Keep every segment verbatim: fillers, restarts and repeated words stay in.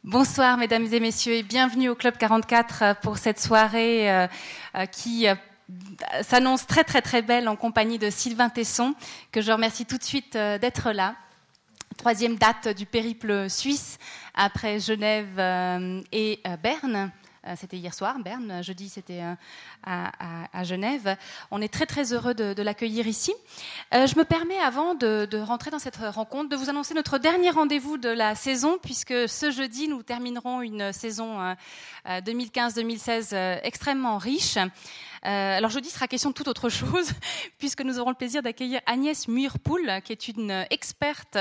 Bonsoir mesdames et messieurs et bienvenue au Club quarante-quatre pour cette soirée euh, euh, qui euh, s'annonce très très très belle en compagnie de Sylvain Tesson, que je remercie tout de suite euh, d'être là. Troisième date du périple suisse après Genève euh, et euh, Berne. C'était hier soir, Berne, jeudi c'était à, à, à Genève. On est très très heureux de, de l'accueillir ici. Euh, je me permets, avant de, de rentrer dans cette rencontre, de vous annoncer notre dernier rendez-vous de la saison, puisque ce jeudi, nous terminerons une saison euh, deux mille quinze deux mille seize euh, extrêmement riche. Euh, alors jeudi sera question de toute autre chose, puisque nous aurons le plaisir d'accueillir Agnès Muirpoul, qui est une experte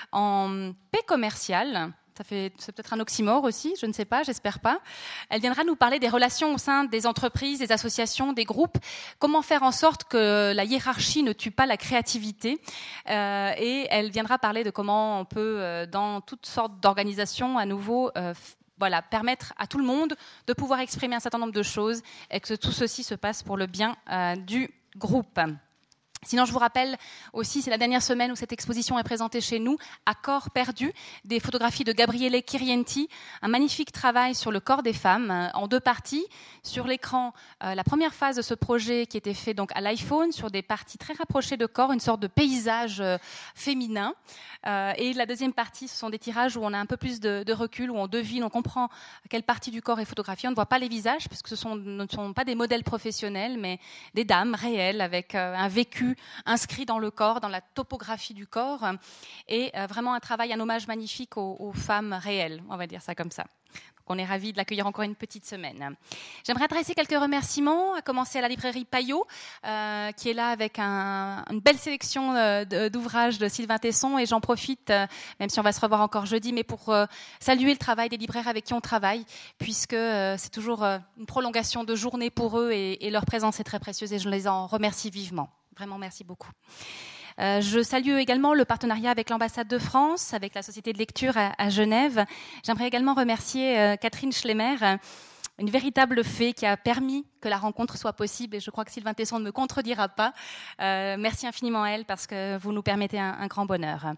en paix commerciale. Ça fait, c'est peut-être un oxymore aussi, je ne sais pas, j'espère pas. Elle viendra nous parler des relations au sein des entreprises, des associations, des groupes, comment faire en sorte que la hiérarchie ne tue pas la créativité. Euh, et elle viendra parler de comment on peut, euh, dans toutes sortes d'organisations, à nouveau, euh, f- voilà, permettre à tout le monde de pouvoir exprimer un certain nombre de choses et que tout ceci se passe pour le bien euh, du groupe. Sinon, je vous rappelle aussi, c'est la dernière semaine où cette exposition est présentée chez nous, à corps perdu, des photographies de Gabriele Chirienti, un magnifique travail sur le corps des femmes, euh, en deux parties. Sur l'écran, euh, la première phase de ce projet qui était fait donc à l'iPhone, sur des parties très rapprochées de corps, une sorte de paysage euh, féminin. Euh, et la deuxième partie, ce sont des tirages où on a un peu plus de, de recul, où on devine, on comprend quelle partie du corps est photographiée. On ne voit pas les visages, puisque ce sont, ne sont pas des modèles professionnels, mais des dames réelles, avec euh, un vécu inscrit dans le corps, dans la topographie du corps, et euh, vraiment un travail, un hommage magnifique aux, aux femmes réelles, on va dire ça comme ça. Donc on est ravis de l'accueillir encore une petite semaine. J'aimerais adresser quelques remerciements, à commencer à la librairie Payot, euh, qui est là avec un, une belle sélection euh, d'ouvrages de Sylvain Tesson, et j'en profite, euh, même si on va se revoir encore jeudi, mais pour euh, saluer le travail des libraires avec qui on travaille, puisque euh, c'est toujours euh, une prolongation de journée pour eux, et, et leur présence est très précieuse, et je les en remercie vivement. Vraiment, merci beaucoup. Euh, je salue également le partenariat avec l'ambassade de France, avec la Société de lecture à, à Genève. J'aimerais également remercier euh, Catherine Schlemmer, une véritable fée qui a permis que la rencontre soit possible, et je crois que Sylvain Tesson ne me contredira pas. Euh, merci infiniment à elle, parce que vous nous permettez un, un grand bonheur.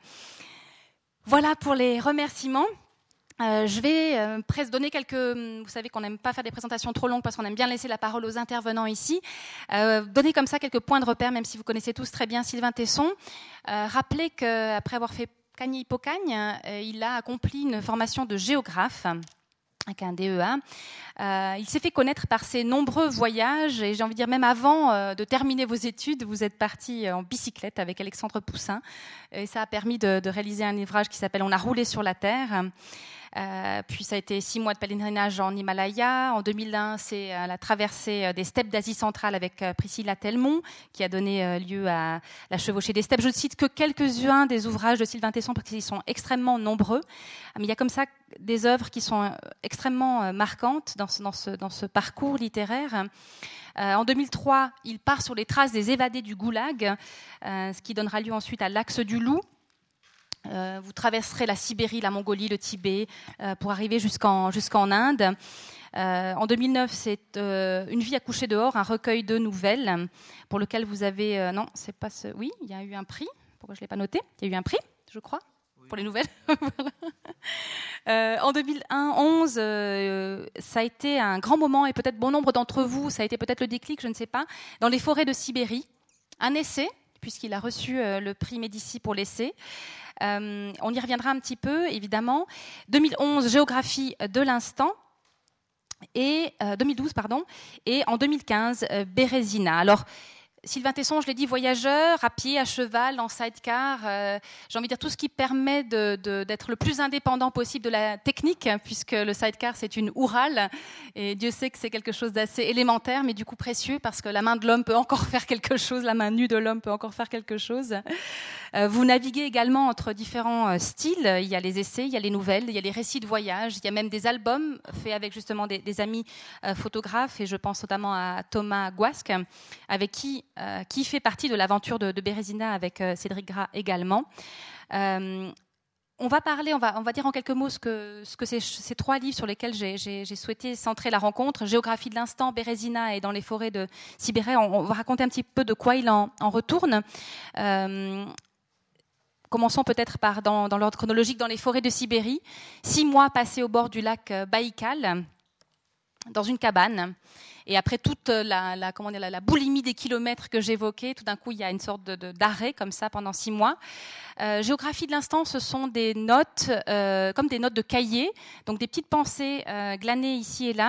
Voilà pour les remerciements. Euh, je vais euh, presque donner quelques... Vous savez qu'on n'aime pas faire des présentations trop longues parce qu'on aime bien laisser la parole aux intervenants ici. Euh, donner comme ça quelques points de repère, même si vous connaissez tous très bien Sylvain Tesson. Euh, rappelez qu'après avoir fait Cagny-Hippocagne, euh, il a accompli une formation de géographe avec un D E A. Euh, il s'est fait connaître par ses nombreux voyages, et j'ai envie de dire même avant euh, de terminer vos études, vous êtes parti en bicyclette avec Alexandre Poussin, et ça a permis de, de réaliser un ouvrage qui s'appelle « On a roulé sur la Terre ». Euh, puis ça a été six mois de pèlerinage en Himalaya. En deux mille un, c'est euh, la traversée des steppes d'Asie centrale avec euh, Priscilla Telmont, qui a donné euh, lieu à la chevauchée des steppes. Je ne cite que quelques-uns des ouvrages de Sylvain Tesson parce qu'ils sont extrêmement nombreux. Mais il y a comme ça des œuvres qui sont extrêmement euh, marquantes dans ce, dans ce, dans ce parcours littéraire. Euh, en deux mille trois, il part sur les traces des évadés du Goulag, euh, ce qui donnera lieu ensuite à l'Axe du Loup. Euh, vous traverserez la Sibérie, la Mongolie, le Tibet euh, pour arriver jusqu'en, jusqu'en Inde. Euh, en deux mille neuf, c'est euh, Une vie à coucher dehors, un recueil de nouvelles pour lequel vous avez... Euh, non, c'est pas ce... Oui, il y a eu un prix. Pourquoi je ne l'ai pas noté ? Il y a eu un prix, je crois, oui, pour les nouvelles. Voilà. Euh, en deux mille onze, euh, ça a été un grand moment, et peut-être bon nombre d'entre vous, ça a été peut-être le déclic, je ne sais pas, dans les forêts de Sibérie. Un essai, puisqu'il a reçu euh, le prix Médicis pour l'essai. Euh, on y reviendra un petit peu, évidemment. deux mille onze, Géographie de l'instant. Et euh, deux mille douze, pardon. Et en deux mille quinze, euh, Bérésina. Alors, Sylvain Tesson, je l'ai dit, voyageur, à pied, à cheval, en sidecar. Euh, j'ai envie de dire tout ce qui permet de, de, d'être le plus indépendant possible de la technique, puisque le sidecar, c'est une Oural. Et Dieu sait que c'est quelque chose d'assez élémentaire, mais du coup précieux, parce que la main de l'homme peut encore faire quelque chose, la main nue de l'homme peut encore faire quelque chose. Euh, vous naviguez également entre différents euh, styles. Il y a les essais, il y a les nouvelles, il y a les récits de voyage, il y a même des albums faits avec justement des, des amis euh, photographes, et je pense notamment à Thomas Guasque, avec qui Euh, qui fait partie de l'aventure de, de Bérésina avec euh, Cédric Gras également. Euh, on va parler, on va, on va dire en quelques mots ce que, ce que c'est, ces trois livres sur lesquels j'ai, j'ai, j'ai souhaité centrer la rencontre. Géographie de l'instant, Bérésina et Dans les forêts de Sibérie. On, on va raconter un petit peu de quoi il en, en retourne. Euh, Commençons peut-être par, dans, dans l'ordre chronologique, dans les forêts de Sibérie. Six mois passés au bord du lac Baïkal, dans une cabane. Et après toute la, la, comment dire, la, la boulimie des kilomètres que j'évoquais, tout d'un coup, il y a une sorte de, de, d'arrêt comme ça pendant six mois. Euh, géographie de l'instant, ce sont des notes, euh, comme des notes de cahier, donc des petites pensées euh, glanées ici et là,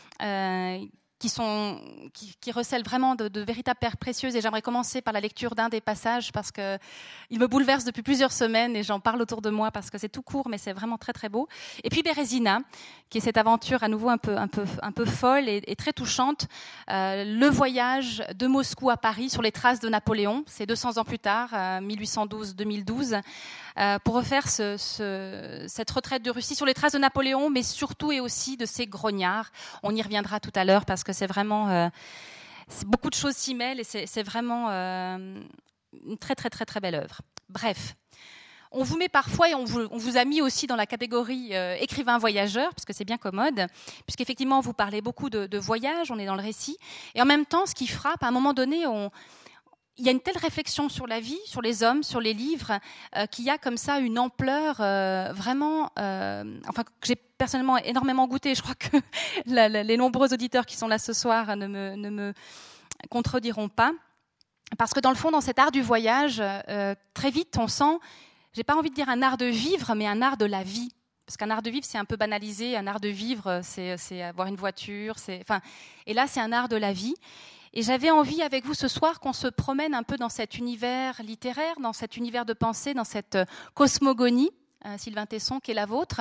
euh, qui, sont, qui, qui recèlent vraiment de, de véritables perles précieuses. Et j'aimerais commencer par la lecture d'un des passages parce qu'il me bouleverse depuis plusieurs semaines et j'en parle autour de moi parce que c'est tout court, mais c'est vraiment très très beau. Et puis Bérésina, qui est cette aventure à nouveau un peu, un peu, un peu folle et, et très touchante. Euh, le voyage de Moscou à Paris sur les traces de Napoléon, c'est deux cents ans plus tard, euh, mille huit cent douze deux mille douze, euh, pour refaire ce, ce, cette retraite de Russie sur les traces de Napoléon, mais surtout et aussi de ses grognards. On y reviendra tout à l'heure parce que c'est vraiment... Euh, c'est, beaucoup de choses s'y mêlent et c'est, c'est vraiment euh, une très très très très belle œuvre. Bref. On vous met parfois, et on vous, on vous a mis aussi dans la catégorie euh, écrivain voyageur, parce que c'est bien commode, puisqu'effectivement, vous parlez beaucoup de, de voyage, on est dans le récit. Et en même temps, ce qui frappe, à un moment donné, on, il y a une telle réflexion sur la vie, sur les hommes, sur les livres, euh, qu'il y a comme ça une ampleur euh, vraiment, euh, enfin, que j'ai personnellement énormément goûté. Je crois que la, la, les nombreux auditeurs qui sont là ce soir ne me, ne me contrediront pas. Parce que dans le fond, dans cet art du voyage, euh, très vite, on sent... J'ai pas envie de dire un art de vivre, mais un art de la vie. Parce qu'un art de vivre, c'est un peu banalisé. Un art de vivre, c'est, c'est avoir une voiture. C'est, enfin, et là, c'est un art de la vie. Et j'avais envie, avec vous ce soir, qu'on se promène un peu dans cet univers littéraire, dans cet univers de pensée, dans cette cosmogonie, euh, Sylvain Tesson, qui est la vôtre.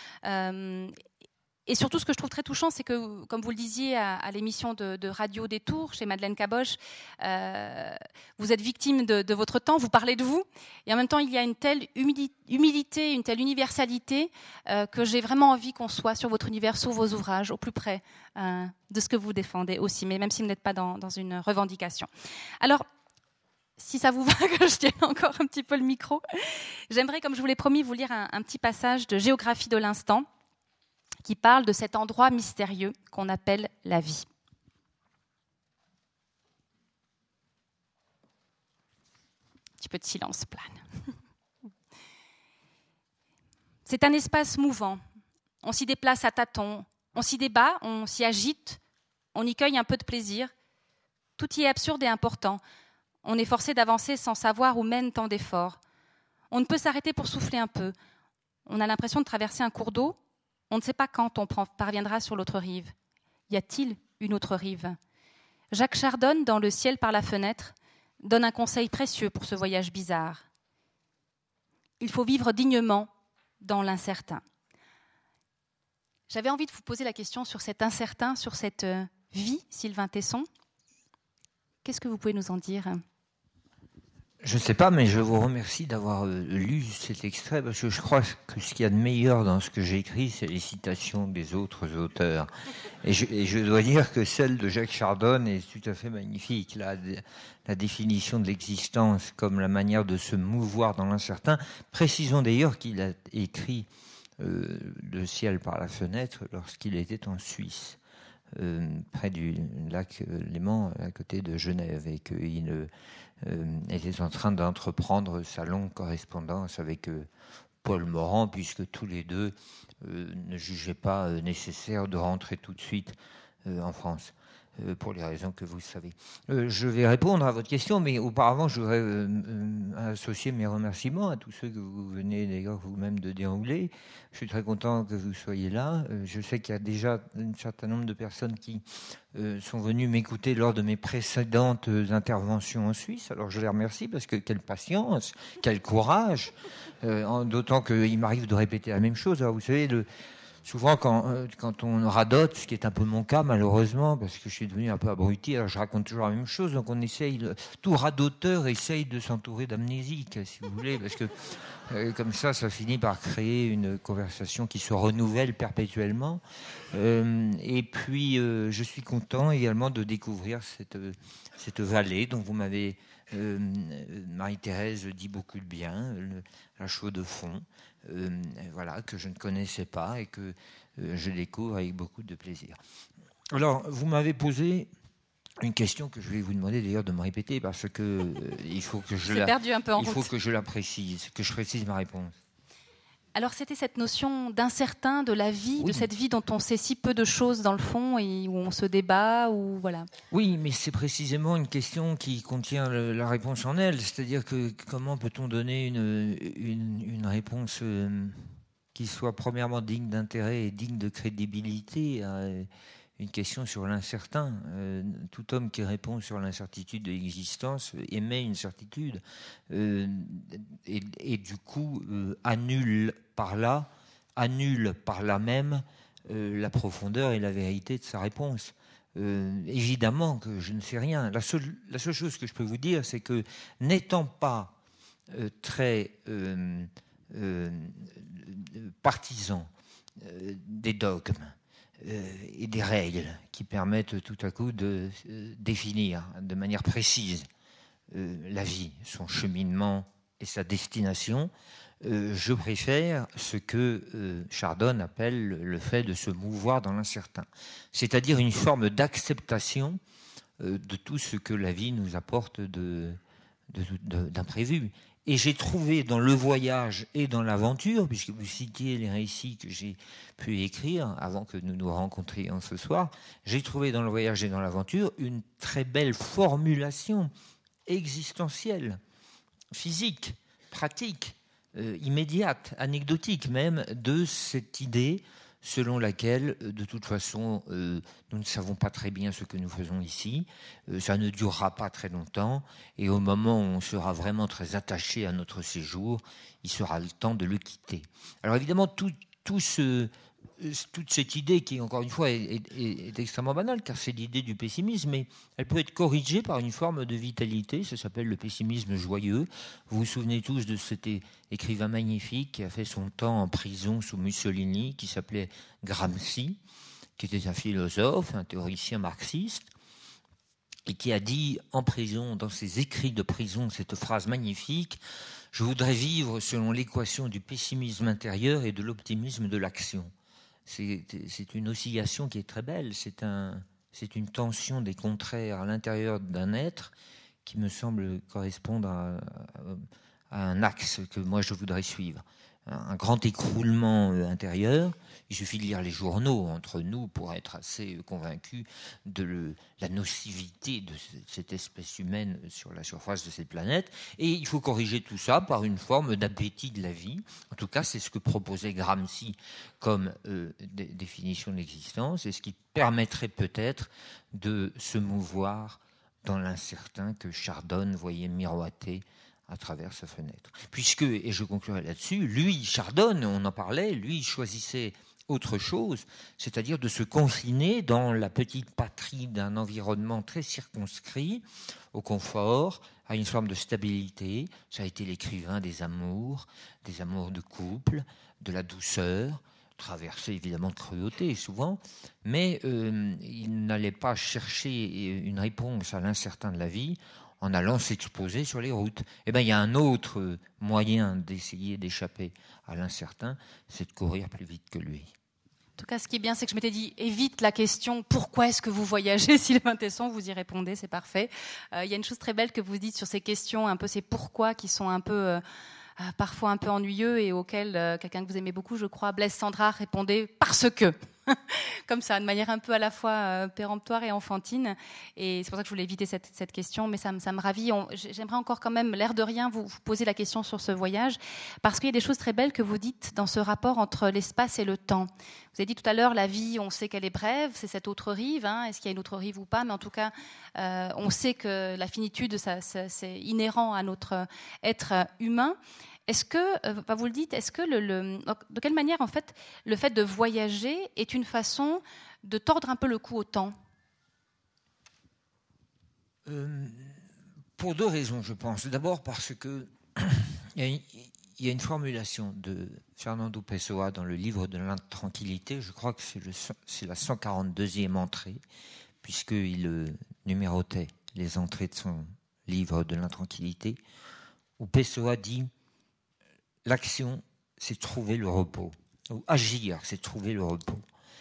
Euh, Et surtout, ce que je trouve très touchant, c'est que, comme vous le disiez à, à l'émission de, de Radio Détour, chez Madeleine Caboche, euh, vous êtes victime de, de votre temps, vous parlez de vous, et en même temps, il y a une telle humili- humilité, une telle universalité euh, que j'ai vraiment envie qu'on soit sur votre univers, sur vos ouvrages, au plus près euh, de ce que vous défendez aussi, mais même si vous n'êtes pas dans, dans une revendication. Alors, si ça vous va que je tienne encore un petit peu le micro, j'aimerais, comme je vous l'ai promis, vous lire un, un petit passage de Géographie de l'instant, qui parle de cet endroit mystérieux qu'on appelle la vie. Un petit peu de silence plane. C'est un espace mouvant. On s'y déplace à tâtons, on s'y débat, on s'y agite, on y cueille un peu de plaisir. Tout y est absurde et important. On est forcé d'avancer sans savoir où mène tant d'efforts. On ne peut s'arrêter pour souffler un peu. On a l'impression de traverser un cours d'eau. On ne sait pas quand on parviendra sur l'autre rive. Y a-t-il une autre rive ? Jacques Chardon, dans Le ciel par la fenêtre, donne un conseil précieux pour ce voyage bizarre. Il faut vivre dignement dans l'incertain. J'avais envie de vous poser la question sur cet incertain, sur cette vie, Sylvain Tesson. Qu'est-ce que vous pouvez nous en dire ? Je ne sais pas, mais je vous remercie d'avoir lu cet extrait, parce que je crois que ce qu'il y a de meilleur dans ce que j'ai écrit, c'est les citations des autres auteurs. Et je, et je dois dire que celle de Jacques Chardon est tout à fait magnifique. La, la définition de l'existence comme la manière de se mouvoir dans l'incertain. Précisons d'ailleurs qu'il a écrit euh, Le ciel par la fenêtre lorsqu'il était en Suisse, euh, près du lac Léman, à côté de Genève, et qu'il ne... Euh, était en train d'entreprendre sa longue correspondance avec euh, Paul Morand, puisque tous les deux euh, ne jugeaient pas euh, nécessaire de rentrer tout de suite euh, en France, euh, pour les raisons que vous savez. Euh, je vais répondre à votre question, mais auparavant, je voudrais euh, euh, associer mes remerciements à tous ceux que vous venez d'ailleurs vous-même de dérouler. Je suis très content que vous soyez là. Euh, je sais qu'il y a déjà un certain nombre de personnes qui Euh, sont venus m'écouter lors de mes précédentes interventions en Suisse. Alors je les remercie parce que quelle patience, quel courage, euh, en, d'autant qu'il m'arrive de répéter la même chose. Alors vous savez, le, souvent quand, euh, quand on radote, ce qui est un peu mon cas malheureusement, parce que je suis devenu un peu abruti, alors je raconte toujours la même chose, donc on essaye, le, tout radoteur essaye de s'entourer d'amnésique, si vous voulez, parce que euh, comme ça, ça finit par créer une conversation qui se renouvelle perpétuellement. Euh, et puis, euh, je suis content également de découvrir cette, cette vallée dont vous m'avez, euh, Marie-Thérèse, dit beaucoup de bien, le, la Chaux-de-Fonds, euh, voilà, que je ne connaissais pas et que euh, je découvre avec beaucoup de plaisir. Alors, vous m'avez posé Une question que je vais vous demander d'ailleurs de me répéter parce que euh, il faut que je la, perdu un peu en il route. faut que je la précise, que je précise ma réponse. Alors c'était cette notion d'incertain de la vie, oui. de cette vie dont on sait si peu de choses dans le fond et où on se débat, ou voilà. Oui, mais c'est précisément une question qui contient le, la réponse en elle, c'est-à-dire que comment peut-on donner une, une, une réponse euh, qui soit premièrement digne d'intérêt et digne de crédibilité à une question sur l'incertain. Euh, tout homme qui répond sur l'incertitude de l'existence émet une certitude euh, et, et du coup euh, annule par là, annule par là même euh, la profondeur et la vérité de sa réponse. Euh, évidemment que je ne sais rien. La seule, la seule chose que je peux vous dire, c'est que n'étant pas euh, très euh, euh, partisan euh, des dogmes, et des règles qui permettent tout à coup de euh, définir de manière précise euh, la vie, son cheminement et sa destination, euh, je préfère ce que euh, Chardon appelle le fait de se mouvoir dans l'incertain, c'est-à-dire une forme d'acceptation euh, de tout ce que la vie nous apporte de, de, de, d'imprévu. Et j'ai trouvé dans le voyage et dans l'aventure, puisque vous citiez les récits que j'ai pu écrire avant que nous nous rencontrions ce soir, j'ai trouvé dans le voyage et dans l'aventure une très belle formulation existentielle, physique, pratique, euh, immédiate, anecdotique même, de cette idée selon laquelle, de toute façon, euh, nous ne savons pas très bien ce que nous faisons ici, euh, ça ne durera pas très longtemps, et au moment où on sera vraiment très attaché à notre séjour, il sera le temps de le quitter. Alors évidemment, tout, tout ce, toute cette idée qui, encore une fois, est, est, est extrêmement banale, car c'est l'idée du pessimisme, mais elle peut être corrigée par une forme de vitalité, ça s'appelle le pessimisme joyeux. Vous vous souvenez tous de cet écrivain magnifique qui a fait son temps en prison sous Mussolini, qui s'appelait Gramsci, qui était un philosophe, un théoricien marxiste, et qui a dit en prison, dans ses écrits de prison, cette phrase magnifique: « Je voudrais vivre selon l'équation du pessimisme intérieur et de l'optimisme de l'action ». C'est, c'est une oscillation qui est très belle, c'est, un, c'est une tension des contraires à l'intérieur d'un être qui me semble correspondre à, à un axe que moi je voudrais suivre. Un grand écroulement intérieur. Il suffit de lire les journaux entre nous pour être assez convaincu de le, la nocivité de cette espèce humaine sur la surface de cette planète. Et il faut corriger tout ça par une forme d'appétit de la vie. En tout cas, c'est ce que proposait Gramsci comme euh, dé- définition de l'existence, et ce qui permettrait peut-être de se mouvoir dans l'incertain que Chardon voyait miroiter à travers sa fenêtre. Puisque, et je conclurai là-dessus, lui, Chardon, on en parlait, lui, il choisissait autre chose, c'est-à-dire de se confiner dans la petite patrie d'un environnement très circonscrit, au confort, à une forme de stabilité. Ça a été l'écrivain des amours, des amours de couple, de la douceur, traversé évidemment de cruauté souvent, mais euh, il n'allait pas chercher une réponse à l'incertain de la vie en allant s'exposer sur les routes. Eh bien, il y a un autre moyen d'essayer d'échapper à l'incertain, c'est de courir plus vite que lui. En tout cas, ce qui est bien, c'est que je m'étais dit, évite la question « Pourquoi est-ce que vous voyagez ?» Sylvain Tesson, vous y répondez, c'est parfait. Euh, il y a une chose très belle que vous dites sur ces questions, un peu ces « pourquoi » qui sont un peu... Euh, Euh, parfois un peu ennuyeux et auquel euh, quelqu'un que vous aimez beaucoup, je crois, Blaise Sandra, répondait « parce que ». Comme ça, de manière un peu à la fois euh, péremptoire et enfantine. Et c'est pour ça que je voulais éviter cette, cette question, mais ça, ça me ravit. On, j'aimerais encore quand même, l'air de rien, vous, vous poser la question sur ce voyage, parce qu'il y a des choses très belles que vous dites dans ce rapport entre l'espace et le temps. Vous avez dit tout à l'heure, la vie, on sait qu'elle est brève, c'est cette autre rive. Hein, est-ce qu'il y a une autre rive ou pas? Mais en tout cas, euh, on sait que la finitude, ça, ça, c'est inhérent à notre être humain. Est-ce que, euh, vous le dites, est-ce que le, le, de quelle manière, en fait, le fait de voyager est une façon de tordre un peu le cou au temps? euh, Pour deux raisons, je pense. D'abord parce que il y, y a une formulation de Fernando Pessoa dans le livre de l'intranquillité. Je crois que c'est, le, c'est la cent quarante-deuxième entrée, puisqu'il euh, numérotait les entrées de son livre de l'intranquillité, où Pessoa dit: l'action, c'est trouver le repos. Ou agir, c'est trouver le repos.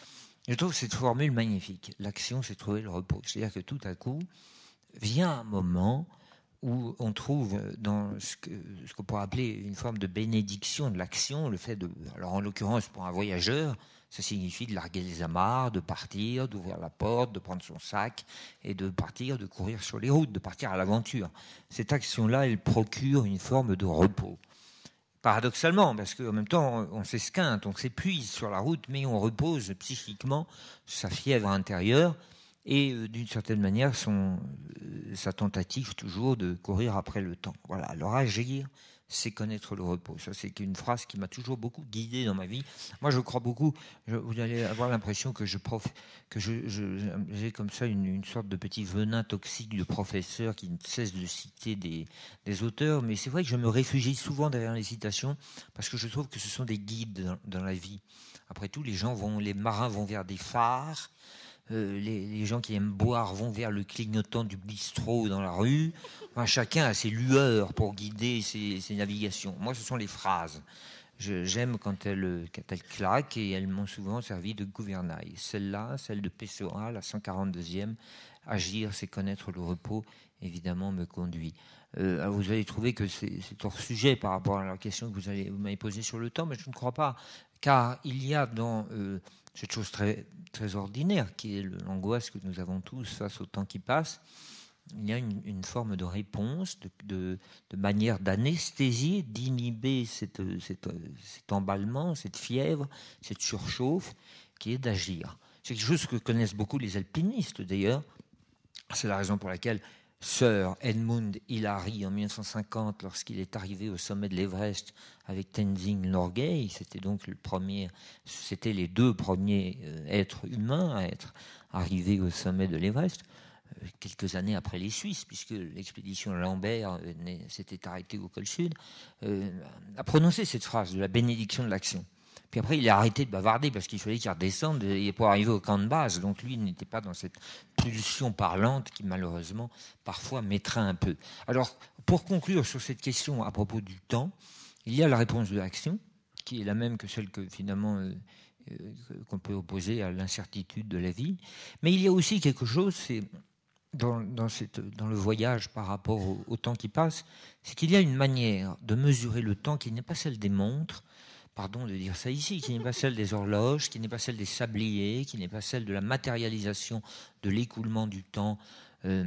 Je trouve cette formule magnifique. L'action, c'est trouver le repos. C'est-à-dire que tout à coup, vient un moment où on trouve dans ce, que, ce qu'on pourrait appeler une forme de bénédiction de l'action, le fait de, alors en l'occurrence pour un voyageur, ça signifie de larguer les amarres, de partir, d'ouvrir la porte, de prendre son sac et de partir, de courir sur les routes, de partir à l'aventure. Cette action-là, elle procure une forme de repos. Paradoxalement, parce qu'en même temps, on s'esquinte, on s'épuise sur la route, mais on repose psychiquement sa fièvre intérieure et euh, d'une certaine manière son, euh, sa tentative toujours de courir après le temps. Voilà. Alors agir, c'est connaître le repos. Ça, c'est une phrase qui m'a toujours beaucoup guidé dans ma vie. Moi, je crois beaucoup. Je, vous allez avoir l'impression que je prof, que je, je, j'ai comme ça une, une sorte de petit venin toxique de professeur qui ne cesse de citer des, des auteurs. Mais c'est vrai que je me réfugie souvent derrière les citations parce que je trouve que ce sont des guides dans, dans la vie. Après tout, les gens vont, les marins vont vers des phares. Euh, les, les gens qui aiment boire vont vers le clignotant du bistrot dans la rue. Enfin, chacun a ses lueurs pour guider ses, ses navigations. Moi, ce sont les phrases. Je, j'aime quand elles, quand elles claquent et elles m'ont souvent servi de gouvernail. Celle-là, celle de Pessoa, la cent quarante-deuxième, agir, c'est connaître le repos, évidemment, me conduit. Euh, alors vous allez trouver que c'est, c'est hors sujet par rapport à la question que vous, allez, vous m'avez posée sur le temps, mais je ne crois pas, car il y a dans euh, cette chose très, très ordinaire qui est l'angoisse que nous avons tous face au temps qui passe, il y a une, une forme de réponse, de, de, de manière d'anesthésier, d'inhiber cette, cette, cet emballement, cette fièvre, cette surchauffe, qui est d'agir. C'est quelque chose que connaissent beaucoup les alpinistes d'ailleurs. C'est la raison pour laquelle Sir Edmund Hillary, en mille neuf cent cinquante, lorsqu'il est arrivé au sommet de l'Everest avec Tenzing Norgay, c'était donc le premier, c'était les deux premiers êtres humains à être arrivés au sommet de l'Everest, quelques années après les Suisses, puisque l'expédition Lambert s'était arrêtée au col Sud, euh, a prononcé cette phrase de la bénédiction de l'action. Puis après, il a arrêté de bavarder parce qu'il fallait qu'il redescende pour arriver au camp de base. Donc lui, il n'était pas dans cette pulsion parlante qui, malheureusement, parfois m'étreint un peu. Alors, pour conclure sur cette question à propos du temps, il y a la réponse de l'action, qui est la même que celle que, finalement, euh, euh, qu'on peut opposer à l'incertitude de la vie. Mais il y a aussi quelque chose, c'est dans, dans, cette, dans le voyage par rapport au, au temps qui passe, c'est qu'il y a une manière de mesurer le temps qui n'est pas celle des montres, pardon de dire ça ici, qui n'est pas celle des horloges, qui n'est pas celle des sabliers, qui n'est pas celle de la matérialisation de l'écoulement du temps euh,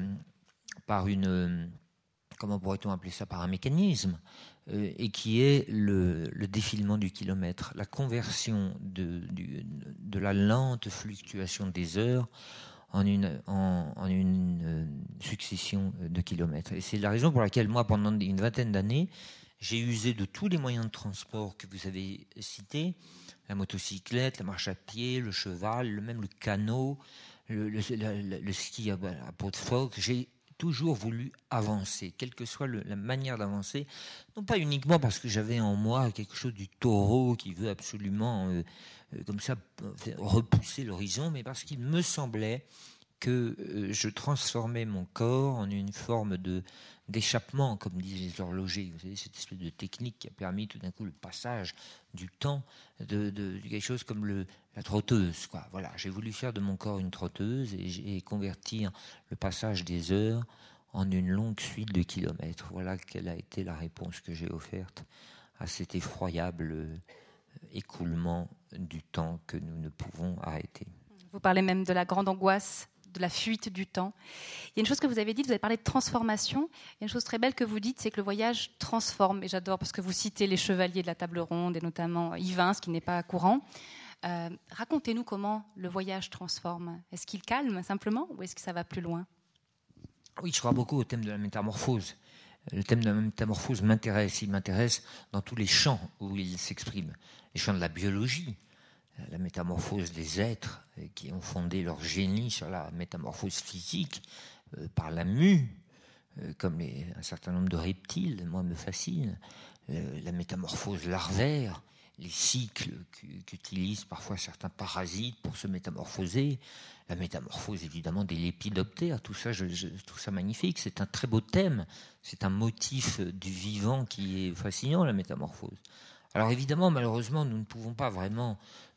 par une, euh, comment pourrait-on appeler ça, par un mécanisme, euh, et qui est le, le défilement du kilomètre, la conversion de, du, de la lente fluctuation des heures en une, en, en une euh, succession de kilomètres. Et c'est la raison pour laquelle moi, pendant une vingtaine d'années, j'ai usé de tous les moyens de transport que vous avez cités, la motocyclette, la marche à pied, le cheval, le, même le canot, le, le, le, le ski à, à peau de phoque. J'ai toujours voulu avancer, quelle que soit le, la manière d'avancer, non pas uniquement parce que j'avais en moi quelque chose du taureau qui veut absolument, euh, euh, comme ça, repousser l'horizon, mais parce qu'il me semblait que euh, je transformais mon corps en une forme de d'échappement, comme disent les horlogers. Vous savez, cette espèce de technique qui a permis tout d'un coup le passage du temps de, de, de quelque chose comme le, la trotteuse, quoi. Voilà, j'ai voulu faire de mon corps une trotteuse et, j'ai, et convertir le passage des heures en une longue suite de kilomètres. Voilà quelle a été la réponse que j'ai offerte à cet effroyable écoulement du temps que nous ne pouvons arrêter. Vous parlez même de la grande angoisse, de la fuite du temps. Il y a une chose que vous avez dit, vous avez parlé de transformation. Il y a une chose très belle que vous dites, c'est que le voyage transforme. Et j'adore parce que vous citez les chevaliers de la table ronde et notamment Ivens, qui n'est pas courant. Euh, racontez-nous comment le voyage transforme. Est-ce qu'il calme simplement ou est-ce que ça va plus loin ? Oui, je crois beaucoup au thème de la métamorphose. Le thème de la métamorphose m'intéresse. Il m'intéresse dans tous les champs où il s'exprime. Les champs de la biologie, la métamorphose des êtres qui ont fondé leur génie sur la métamorphose physique euh, par la mue, euh, comme les, un certain nombre de reptiles, moi, me fascine. Euh, la métamorphose larvaire, les cycles qu'utilisent parfois certains parasites pour se métamorphoser, la métamorphose évidemment des lépidoptères, tout ça, je, je trouve ça magnifique. C'est un très beau thème, c'est un motif du vivant qui est fascinant, la métamorphose. Alors évidemment, malheureusement, nous ne pouvons pas vraiment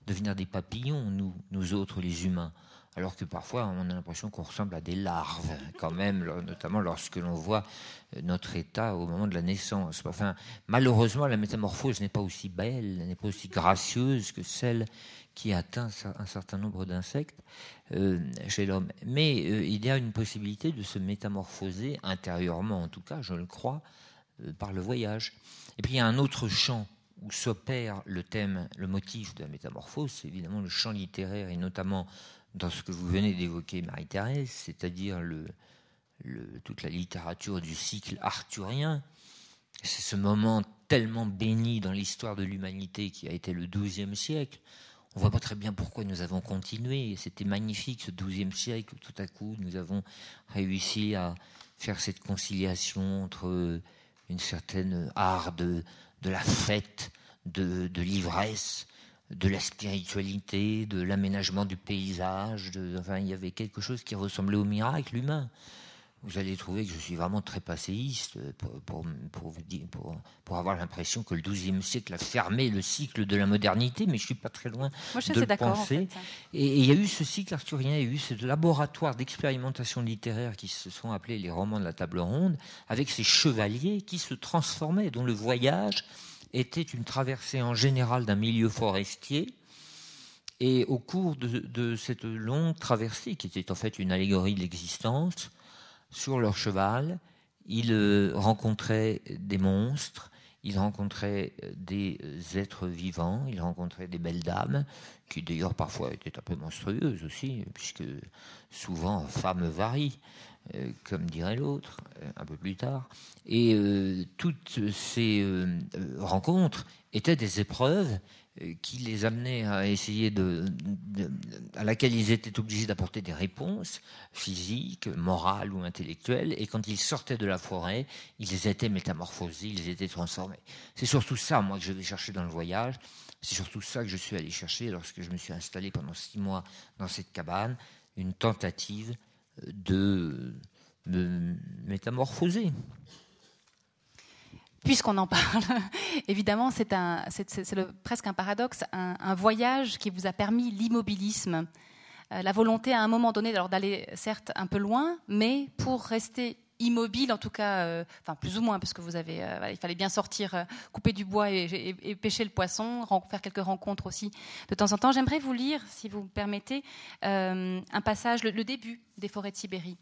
devenir des papillons, nous, nous autres les humains. Alors que parfois, on a l'impression qu'on ressemble à des larves, quand même, notamment lorsque l'on voit notre état au moment de la naissance. Enfin, malheureusement, la métamorphose n'est pas aussi belle, n'est pas aussi gracieuse que celle qui atteint un certain nombre d'insectes euh, chez l'homme. Mais euh, il y a une possibilité de se métamorphoser, intérieurement en tout cas, je le crois, euh, par le voyage. Et puis il y a un autre champ où s'opère le thème, le motif de la métamorphose, c'est évidemment le champ littéraire, et notamment dans ce que vous venez d'évoquer, Marie-Thérèse, c'est-à-dire le, le, toute la littérature du cycle arthurien. C'est ce moment tellement béni dans l'histoire de l'humanité qui a été le douzième siècle. On ne voit pas très bien pourquoi nous avons continué. C'était magnifique, ce douzième siècle, où tout à coup, nous avons réussi à faire cette conciliation entre une certaine art de, de la fête, de, de l'ivresse, de la spiritualité, de l'aménagement du paysage. De, enfin, il y avait quelque chose qui ressemblait au miracle humain. Vous allez trouver que je suis vraiment très passéiste pour, pour, pour, vous dire, pour, pour avoir l'impression que le douzième siècle a fermé le cycle de la modernité, mais je ne suis pas très loin Moi, je de le d'accord, penser. en fait. Et il y a eu ce cycle arthurien, il y a eu ce laboratoire d'expérimentation littéraire qui se sont appelés les romans de la table ronde, avec ces chevaliers qui se transformaient, dont le voyage était une traversée en général d'un milieu forestier. Et au cours de, de cette longue traversée, qui était en fait une allégorie de l'existence, sur leur cheval, ils euh, rencontraient des monstres, ils rencontraient des êtres vivants, ils rencontraient des belles dames, qui d'ailleurs parfois étaient un peu monstrueuses aussi, puisque souvent femmes varient, euh, comme dirait l'autre, euh, un peu plus tard. Et euh, toutes ces euh, rencontres étaient des épreuves qui les amenaient à essayer de, de, à laquelle ils étaient obligés d'apporter des réponses physiques, morales ou intellectuelles, et quand ils sortaient de la forêt, ils étaient métamorphosés, ils étaient transformés. C'est surtout ça, moi, que je vais chercher dans le voyage. C'est surtout ça que je suis allé chercher lorsque je me suis installé pendant six mois dans cette cabane, une tentative de me métamorphoser. Puisqu'on en parle, évidemment, c'est, un, c'est, c'est, c'est le, presque un paradoxe, un, un voyage qui vous a permis l'immobilisme, euh, la volonté à un moment donné alors, d'aller certes un peu loin, mais pour rester immobile, en tout cas, euh, enfin plus ou moins, parce que vous avez, euh, il fallait bien sortir, euh, couper du bois et, et, et pêcher le poisson, faire quelques rencontres aussi de temps en temps. J'aimerais vous lire, si vous me permettez, euh, un passage, le, le début des Forêts de Sibérie.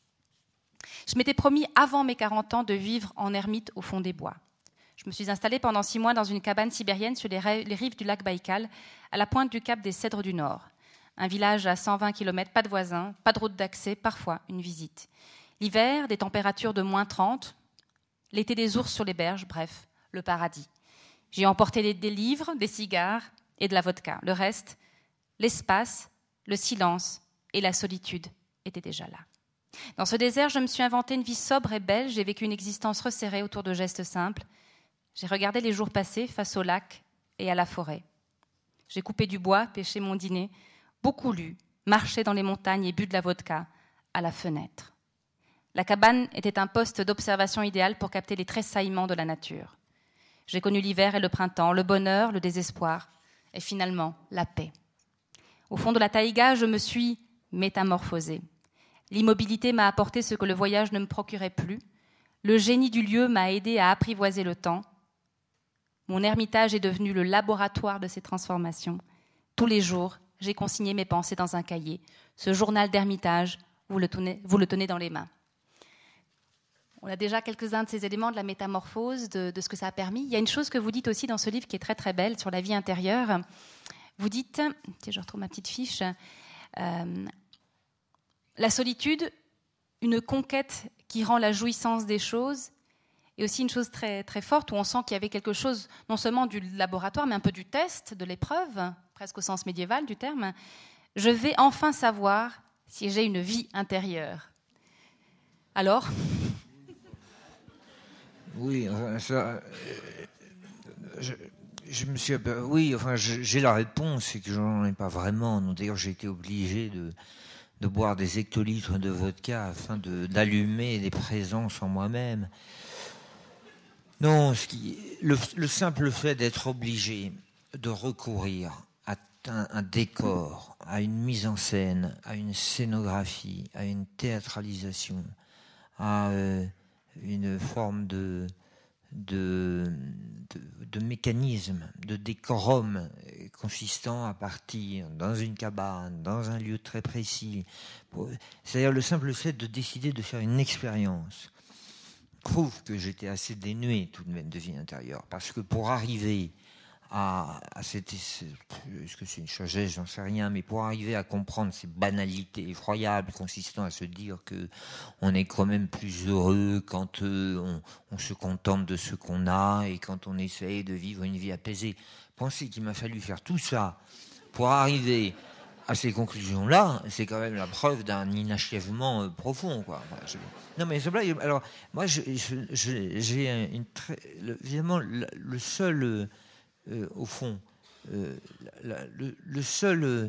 Je m'étais promis avant mes quarante ans de vivre en ermite au fond des bois. Je me suis installée pendant six mois dans une cabane sibérienne sur les rives du lac Baïkal, à la pointe du cap des Cèdres du Nord. Un village à cent vingt kilomètres, pas de voisins, pas de route d'accès, parfois une visite. L'hiver, des températures de moins trente, l'été des ours sur les berges, bref, le paradis. J'ai emporté des, des livres, des cigares et de la vodka. Le reste, l'espace, le silence et la solitude étaient déjà là. Dans ce désert, je me suis inventé une vie sobre et belle. J'ai vécu une existence resserrée autour de gestes simples. J'ai regardé les jours passés face au lac et à la forêt. J'ai coupé du bois, pêché mon dîner, beaucoup lu, marché dans les montagnes et bu de la vodka à la fenêtre. La cabane était un poste d'observation idéal pour capter les tressaillements de la nature. J'ai connu l'hiver et le printemps, le bonheur, le désespoir et finalement la paix. Au fond de la taïga, je me suis métamorphosée. L'immobilité m'a apporté ce que le voyage ne me procurait plus. Le génie du lieu m'a aidé à apprivoiser le temps. Mon ermitage est devenu le laboratoire de ces transformations. Tous les jours, j'ai consigné mes pensées dans un cahier. Ce journal d'ermitage, vous le tenez, vous le tenez dans les mains. On a déjà quelques-uns de ces éléments de la métamorphose, de, de ce que ça a permis. Il y a une chose que vous dites aussi dans ce livre qui est très très belle, sur la vie intérieure. Vous dites, tiens, je retrouve ma petite fiche, euh, la solitude, une conquête qui rend la jouissance des choses, et aussi une chose très, très forte où on sent qu'il y avait quelque chose, non seulement du laboratoire, mais un peu du test, de l'épreuve, presque au sens médiéval du terme. Je vais enfin savoir si j'ai une vie intérieure. Alors ? Oui, enfin, ça, je, je me suis, oui, enfin, j'ai la réponse, c'est que j'en ai pas vraiment. D'ailleurs, j'ai été obligé de de boire des hectolitres de vodka afin de, d'allumer des présences en moi-même. Non, ce qui, le, le simple fait d'être obligé de recourir à un, un décor, à une mise en scène, à une scénographie, à une théâtralisation, à euh, une forme de, de, de, de mécanisme, de décorum consistant à partir dans une cabane, dans un lieu très précis. C'est-à-dire le simple fait de décider de faire une expérience prouve que j'étais assez dénué tout de même de vie intérieure. Parce que pour arriver à, à cette... Est-ce que c'est une sagesse? J'en sais rien. Mais pour arriver à comprendre ces banalités effroyables consistant à se dire que on est quand même plus heureux quand euh, on, on se contente de ce qu'on a et quand on essaye de vivre une vie apaisée. Pensez qu'il m'a fallu faire tout ça pour arriver à ces conclusions-là, c'est quand même la preuve d'un inachèvement euh, profond, quoi. Enfin, je... Non, mais c'est blague. Alors, moi, je, je, je, j'ai une très, le, évidemment, le, le seul, euh, au fond, euh, la, le, le seul, euh,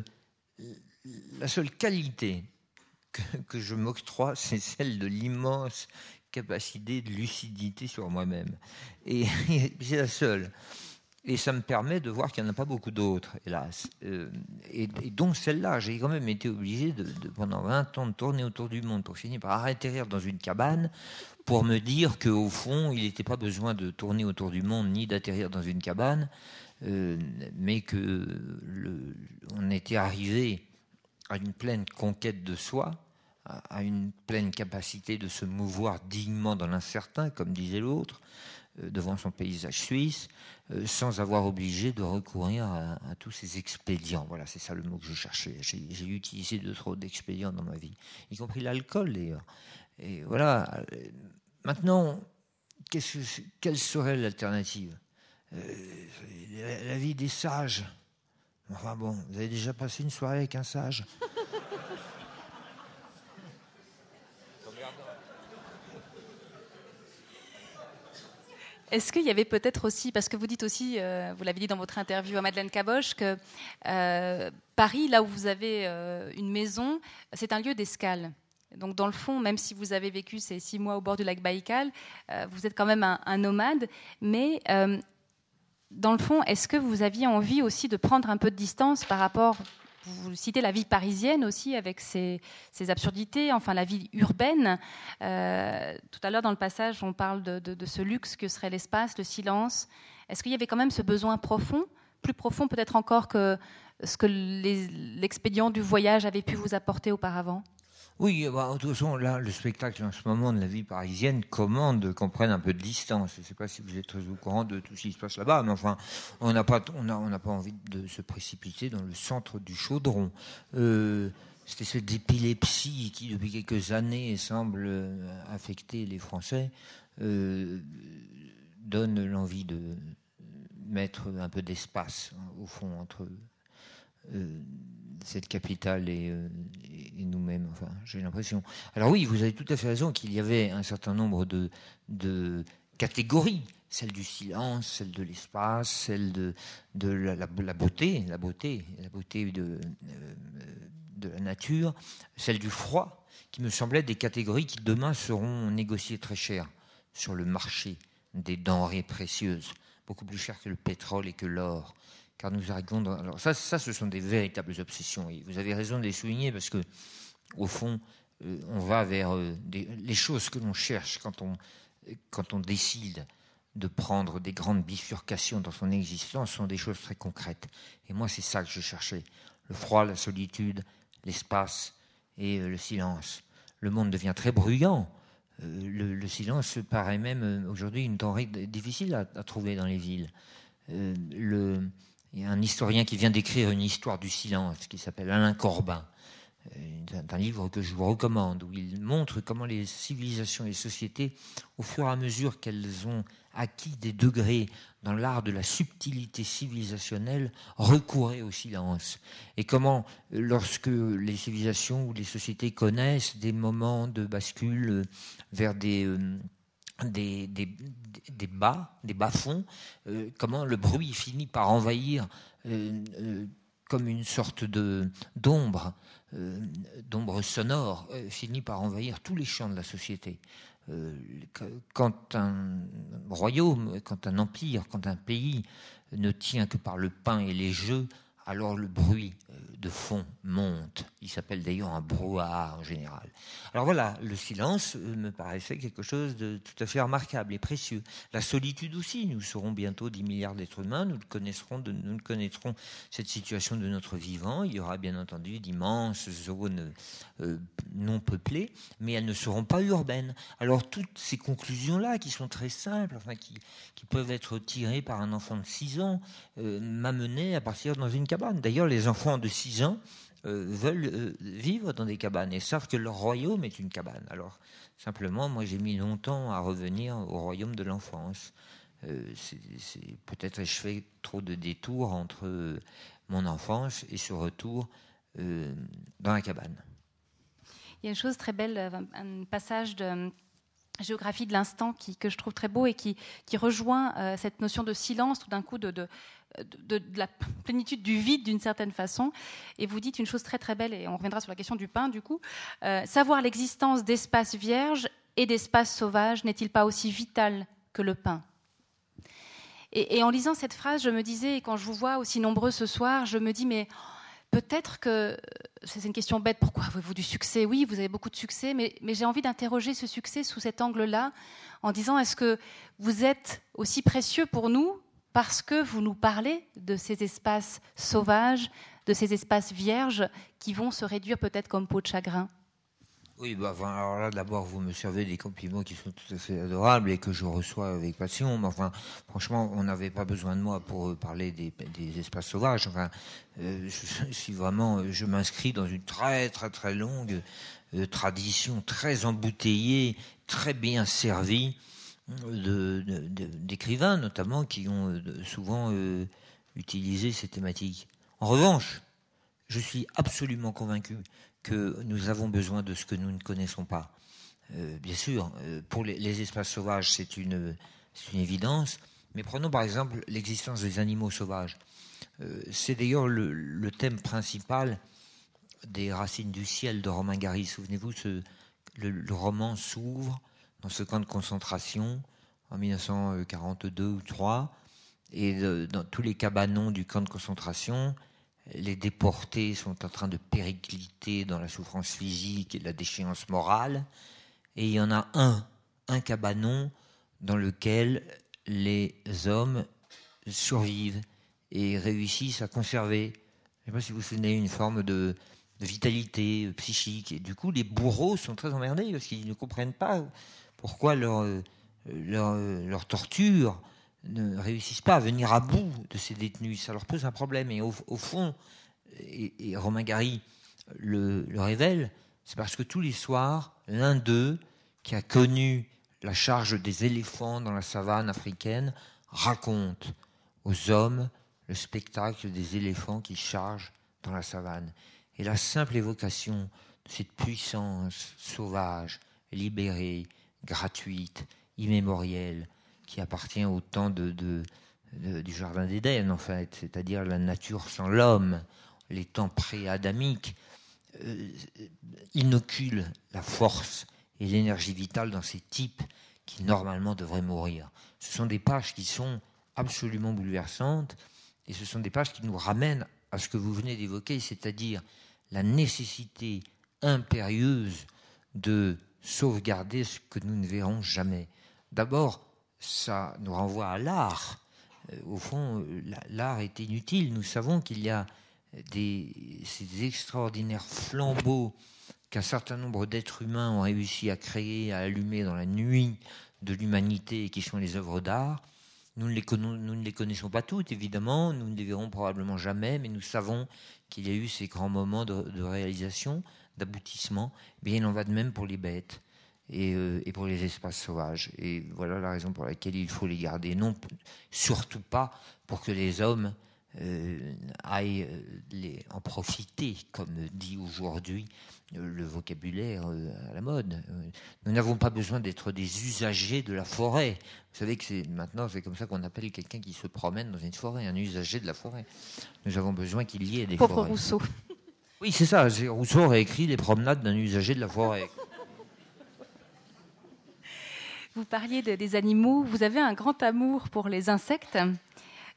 la seule qualité que, que je m'octroie, c'est celle de l'immense capacité de lucidité sur moi-même. Et, et c'est la seule. Et ça me permet de voir qu'il n'y en a pas beaucoup d'autres, hélas. Euh, et, et donc celle-là, j'ai quand même été obligé, de, de, pendant vingt ans, de tourner autour du monde pour finir par atterrir dans une cabane, pour me dire qu'au fond, il n'était pas besoin de tourner autour du monde, ni d'atterrir dans une cabane, euh, mais que le, on était arrivé à une pleine conquête de soi, à, à une pleine capacité de se mouvoir dignement dans l'incertain, comme disait l'autre, devant son paysage suisse, euh, sans avoir obligé de recourir à, à tous ces expédients. Voilà, c'est ça le mot que je cherchais. J'ai, j'ai utilisé de trop d'expédients dans ma vie, y compris l'alcool d'ailleurs. Et voilà. Maintenant, qu'est-ce que, quelle serait l'alternative? euh, la, la vie des sages. Enfin bon, vous avez déjà passé une soirée avec un sage? Est-ce qu'il y avait peut-être aussi, parce que vous dites aussi, euh, vous l'avez dit dans votre interview à Madeleine Caboche, que euh, Paris, là où vous avez euh, une maison, c'est un lieu d'escale. Donc dans le fond, même si vous avez vécu ces six mois au bord du lac Baïkal, euh, vous êtes quand même un, un nomade. Mais euh, dans le fond, est-ce que vous aviez envie aussi de prendre un peu de distance par rapport... Vous citez la vie parisienne aussi, avec ses, ses absurdités, enfin la vie urbaine. Euh, tout à l'heure, dans le passage, on parle de, de, de ce luxe que serait l'espace, le silence. Est-ce qu'il y avait quand même ce besoin profond, plus profond peut-être encore que ce que les, l'expédient du voyage avait pu vous apporter auparavant? Oui, bah, de toute façon, là, le spectacle en ce moment de la vie parisienne commande qu'on prenne un peu de distance. Je ne sais pas si vous êtes très au courant de tout ce qui se passe là-bas, mais enfin, on n'a pas, on a, on n'a pas envie de se précipiter dans le centre du chaudron. Euh, cette espèce d'épilepsie qui, depuis quelques années, semble affecter les Français, euh, donne l'envie de mettre un peu d'espace, au fond, entre euh, cette capitale et, euh, et nous-mêmes, enfin, j'ai l'impression. Alors oui, vous avez tout à fait raison qu'il y avait un certain nombre de, de catégories, celle du silence, celle de l'espace, celle de, de la, la, la beauté, la beauté, la beauté de, euh, de la nature, celle du froid, qui me semblaient des catégories qui demain seront négociées très cher sur le marché des denrées précieuses, beaucoup plus cher que le pétrole et que l'or. Car nous arrivons dans... Alors ça, ça, ce sont des véritables obsessions. Et vous avez raison de les souligner parce que, au fond, euh, on va vers euh, des... les choses que l'on cherche quand on, quand on décide de prendre des grandes bifurcations dans son existence sont des choses très concrètes. Et moi, c'est ça que je cherchais. Le froid, la solitude, l'espace et euh, le silence. Le monde devient très bruyant. Euh, le, le silence paraît même euh, aujourd'hui une denrée difficile à, à trouver dans les villes. Euh, le... Il y a un historien qui vient d'écrire une histoire du silence qui s'appelle Alain Corbin. C'est un livre que je vous recommande, où il montre comment les civilisations et les sociétés, au fur et à mesure qu'elles ont acquis des degrés dans l'art de la subtilité civilisationnelle, recouraient au silence. Et comment, lorsque les civilisations ou les sociétés connaissent des moments de bascule vers des... Euh, Des, des, des bas, des bas-fonds, euh, comment le bruit finit par envahir euh, euh, comme une sorte de, d'ombre, euh, d'ombre sonore, euh, finit par envahir tous les champs de la société. Euh, quand un royaume, quand un empire, quand un pays ne tient que par le pain et les jeux, alors le bruit de fond monte. Il s'appelle d'ailleurs un brouhaha en général. Alors voilà, le silence me paraissait quelque chose de tout à fait remarquable et précieux. La solitude aussi, nous serons bientôt dix milliards d'êtres humains, nous connaîtrons, de, nous connaîtrons cette situation de notre vivant. Il y aura bien entendu d'immenses zones euh, non peuplées, mais elles ne seront pas urbaines. Alors toutes ces conclusions-là, qui sont très simples, enfin qui, qui peuvent être tirées par un enfant de six ans, euh, m'amenaient à partir dans une cabane. D'ailleurs, les enfants de six ans euh, veulent euh, vivre dans des cabanes et savent que leur royaume est une cabane. Alors, simplement, moi, j'ai mis longtemps à revenir au royaume de l'enfance. Euh, c'est, c'est, peut-être ai-je fait trop de détours entre euh, mon enfance et ce retour euh, dans la cabane. Il y a une chose très belle, un, un passage de Géographie de l'instant qui, que je trouve très beau et qui, qui rejoint euh, cette notion de silence, tout d'un coup de, de, de, de la plénitude du vide d'une certaine façon. Et vous dites une chose très très belle, et on reviendra sur la question du pain du coup. Euh, savoir l'existence d'espaces vierges et d'espaces sauvages n'est-il pas aussi vital que le pain ? et, et en lisant cette phrase, je me disais, et quand je vous vois aussi nombreux ce soir, je me dis mais... Peut-être que, c'est une question bête, pourquoi avez-vous du succès ? Oui, vous avez beaucoup de succès, mais, mais j'ai envie d'interroger ce succès sous cet angle-là, en disant, est-ce que vous êtes aussi précieux pour nous parce que vous nous parlez de ces espaces sauvages, de ces espaces vierges qui vont se réduire peut-être comme peau de chagrin ? Oui, bah, enfin, alors là, d'abord, vous me servez des compliments qui sont tout à fait adorables et que je reçois avec passion. Mais enfin, franchement, on n'avait pas besoin de moi pour parler des, des espaces sauvages. Enfin, euh, je, je suis vraiment, je m'inscris dans une très, très, très longue euh, tradition, très embouteillée, très bien servie de, de, de, d'écrivains, notamment, qui ont euh, souvent euh, utilisé ces thématiques. En revanche, je suis absolument convaincu que nous avons besoin de ce que nous ne connaissons pas. Euh, bien sûr, euh, pour les, les espaces sauvages, c'est une, c'est une évidence, mais prenons par exemple l'existence des animaux sauvages. Euh, c'est d'ailleurs le, le thème principal des Racines du ciel de Romain Gary. Souvenez-vous, ce, le, le roman s'ouvre dans ce camp de concentration en mille neuf cent quarante-deux ou trois, et de, dans tous les cabanons du camp de concentration, les déportés sont en train de péricliter dans la souffrance physique et la déchéance morale. Et il y en a un, un cabanon dans lequel les hommes survivent et réussissent à conserver, je ne sais pas si vous vous souvenez, une forme de, de vitalité psychique. Et du coup, les bourreaux sont très emmerdés parce qu'ils ne comprennent pas pourquoi leur, leur, leur torture ne réussissent pas à venir à bout de ces détenus. Ça leur pose un problème. Et au, au fond, et, et Romain Gary le, le révèle, c'est parce que tous les soirs, l'un d'eux, qui a connu la charge des éléphants dans la savane africaine, raconte aux hommes le spectacle des éléphants qui chargent dans la savane. Et la simple évocation de cette puissance sauvage, libérée, gratuite, immémorielle, qui appartient au temps de, de, de, du Jardin d'Éden, en fait, c'est-à-dire la nature sans l'homme, les temps pré-adamiques, euh, inoculent la force et l'énergie vitale dans ces types qui, normalement, devraient mourir. Ce sont des pages qui sont absolument bouleversantes, et ce sont des pages qui nous ramènent à ce que vous venez d'évoquer, c'est-à-dire la nécessité impérieuse de sauvegarder ce que nous ne verrons jamais. D'abord, ça nous renvoie à l'art. Euh, au fond, l'art est inutile. Nous savons qu'il y a des, ces extraordinaires flambeaux qu'un certain nombre d'êtres humains ont réussi à créer, à allumer dans la nuit de l'humanité, et qui sont les œuvres d'art. Nous ne, les conna- nous ne les connaissons pas toutes, évidemment, nous ne les verrons probablement jamais, mais nous savons qu'il y a eu ces grands moments de, de réalisation, d'aboutissement. Bien, il en va de même pour les bêtes. Et, euh, et pour les espaces sauvages. Et voilà la raison pour laquelle il faut les garder. Non, surtout pas pour que les hommes euh, aillent les, en profiter, comme dit aujourd'hui euh, le vocabulaire euh, à la mode. Euh, nous n'avons pas besoin d'être des usagers de la forêt. Vous savez que c'est, maintenant, c'est comme ça qu'on appelle quelqu'un qui se promène dans une forêt, un usager de la forêt. Nous avons besoin qu'il y ait des Pauvre forêts. Rousseau. Oui, c'est ça. C'est, Rousseau aurait écrit Les promenades d'un usager de la forêt. Vous parliez de, des animaux, vous avez un grand amour pour les insectes.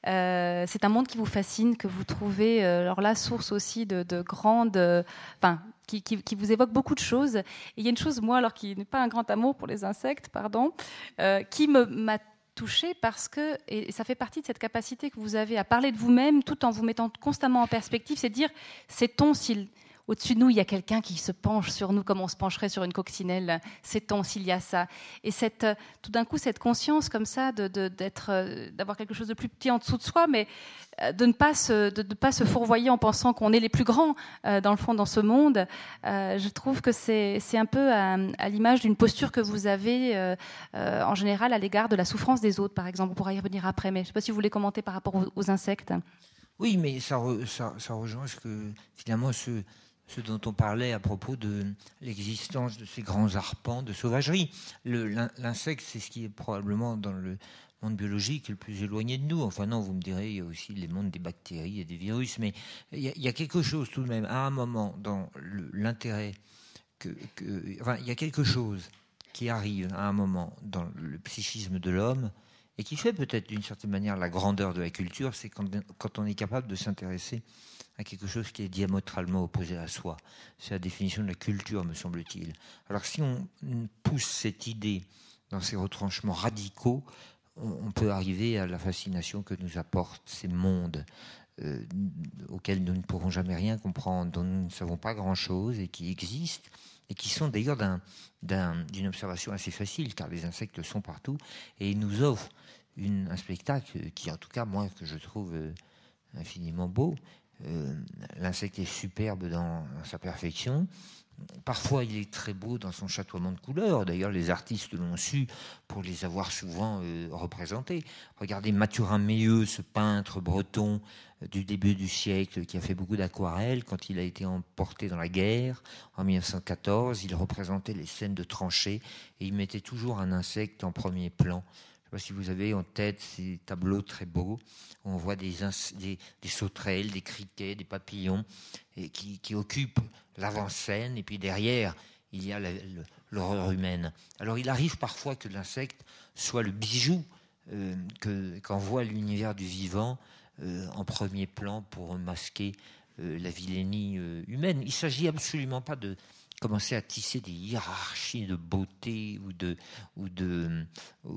Euh, c'est un monde qui vous fascine, que vous trouvez, euh, alors là, source aussi de, de grandes... Enfin, euh, qui, qui, qui vous évoque beaucoup de choses. Et il y a une chose, moi, alors qui n'est pas un grand amour pour les insectes, pardon, euh, qui me, m'a touchée parce que, et ça fait partie de cette capacité que vous avez à parler de vous-même tout en vous mettant constamment en perspective, c'est de dire, sait-on s'il... Au-dessus de nous, il y a quelqu'un qui se penche sur nous comme on se pencherait sur une coccinelle. Sait-on s'il y a ça? Et cette, tout d'un coup, cette conscience comme ça de, de, d'être, d'avoir quelque chose de plus petit en dessous de soi, mais de ne pas se, de, de pas se fourvoyer en pensant qu'on est les plus grands, euh, dans le fond, dans ce monde. Euh, je trouve que c'est, c'est un peu à, à l'image d'une posture que vous avez euh, euh, en général à l'égard de la souffrance des autres, par exemple. On pourra y revenir après, mais je ne sais pas si vous voulez commenter par rapport aux, aux insectes. Oui, mais ça, re, ça, ça rejoint ce que, finalement, ce... ce dont on parlait à propos de l'existence de ces grands arpents de sauvagerie. Le, l'insecte, c'est ce qui est probablement dans le monde biologique le plus éloigné de nous. Enfin non, vous me direz, il y a aussi les mondes des bactéries et des virus, mais il y a, il y a quelque chose tout de même, à un moment, dans le, l'intérêt, que, que, enfin, il y a quelque chose qui arrive à un moment dans le psychisme de l'homme et qui fait peut-être d'une certaine manière la grandeur de la culture, c'est quand, quand on est capable de s'intéresser à quelque chose qui est diamétralement opposé à soi. C'est la définition de la culture, me semble-t-il. Alors si on pousse cette idée dans ses retranchements radicaux, on, on peut arriver à la fascination que nous apportent ces mondes euh, auxquels nous ne pourrons jamais rien comprendre, dont nous ne savons pas grand-chose et qui existent, et qui sont d'ailleurs d'un, d'un, d'une observation assez facile, car les insectes sont partout, et ils nous offrent une, un spectacle qui, en tout cas, moi, que je trouve euh, infiniment beau. Euh, l'insecte est superbe dans, dans sa perfection. Parfois, il est très beau dans son chatoiement de couleurs. D'ailleurs, les artistes l'ont su pour les avoir souvent euh, représentés. Regardez Mathurin Méheut, ce peintre breton euh, du début du siècle qui a fait beaucoup d'aquarelles. Quand il a été emporté dans la guerre en dix-neuf cent quatorze, il représentait les scènes de tranchées et il mettait toujours un insecte en premier plan. Je ne sais pas si vous avez en tête ces tableaux très beaux où on voit des, ins- des, des sauterelles, des criquets, des papillons et qui, qui occupent l'avant-scène, et puis derrière, il y a la, le, l'horreur humaine. Alors il arrive parfois que l'insecte soit le bijou euh, que, qu'envoie l'univers du vivant euh, en premier plan pour masquer euh, la vilainie euh, humaine. Il ne s'agit absolument pas de commencer à tisser des hiérarchies de beauté ou de ou de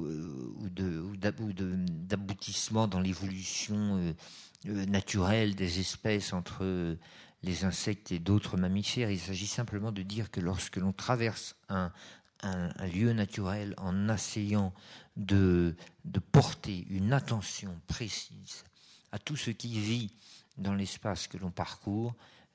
ou de ou d'aboutissement dans l'évolution euh, euh, naturelle des espèces entre euh, les insectes et d'autres mammifères. Il s'agit simplement de dire que lorsque l'on traverse un un, un lieu naturel en essayant de de porter une attention précise à tout ce qui vit dans l'espace que l'on parcourt,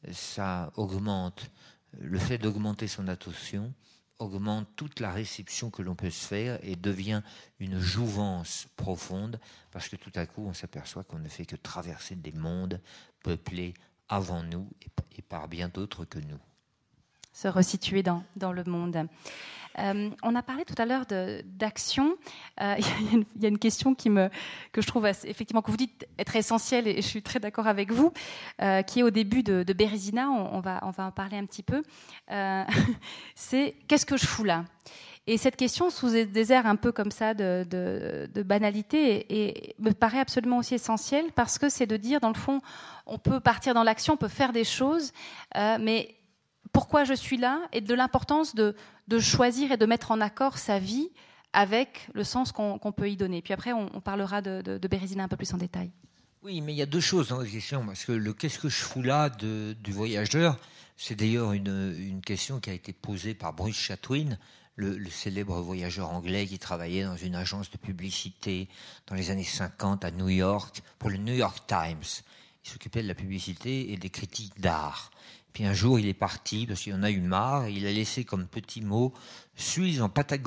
ça augmente. Le fait d'augmenter son attention augmente toute la réception que l'on peut se faire et devient une jouvence profonde parce que tout à coup, on s'aperçoit qu'on ne fait que traverser des mondes peuplés avant nous et par bien d'autres que nous. Se resituer dans, dans le monde. Euh, on a parlé tout à l'heure de, d'action. Euh, il y a une question qui me, que je trouve assez, effectivement que vous dites être essentielle, et je suis très d'accord avec vous, euh, qui est au début de, de Bérésina. On, on, va, on va en parler un petit peu. Euh, c'est qu'est-ce que je fous là? Et cette question, sous des airs un peu comme ça de, de, de banalité, et, et me paraît absolument aussi essentielle parce que c'est de dire, dans le fond, on peut partir dans l'action, on peut faire des choses, euh, mais pourquoi je suis là, et de l'importance de, de choisir et de mettre en accord sa vie avec le sens qu'on, qu'on peut y donner. Puis après, on, on parlera de, de, de Bérésina un peu plus en détail. Oui, mais il y a deux choses dans votre question, parce que le « qu'est-ce que je fous là » de, du voyageur, c'est d'ailleurs une, une question qui a été posée par Bruce Chatwin, le, le célèbre voyageur anglais qui travaillait dans une agence de publicité dans les années cinquante à New York, pour le New York Times. Il s'occupait de la publicité et des critiques d'art. Puis un jour, il est parti parce qu'il en a eu marre et il a laissé comme petit mot « suis en Patagonie ».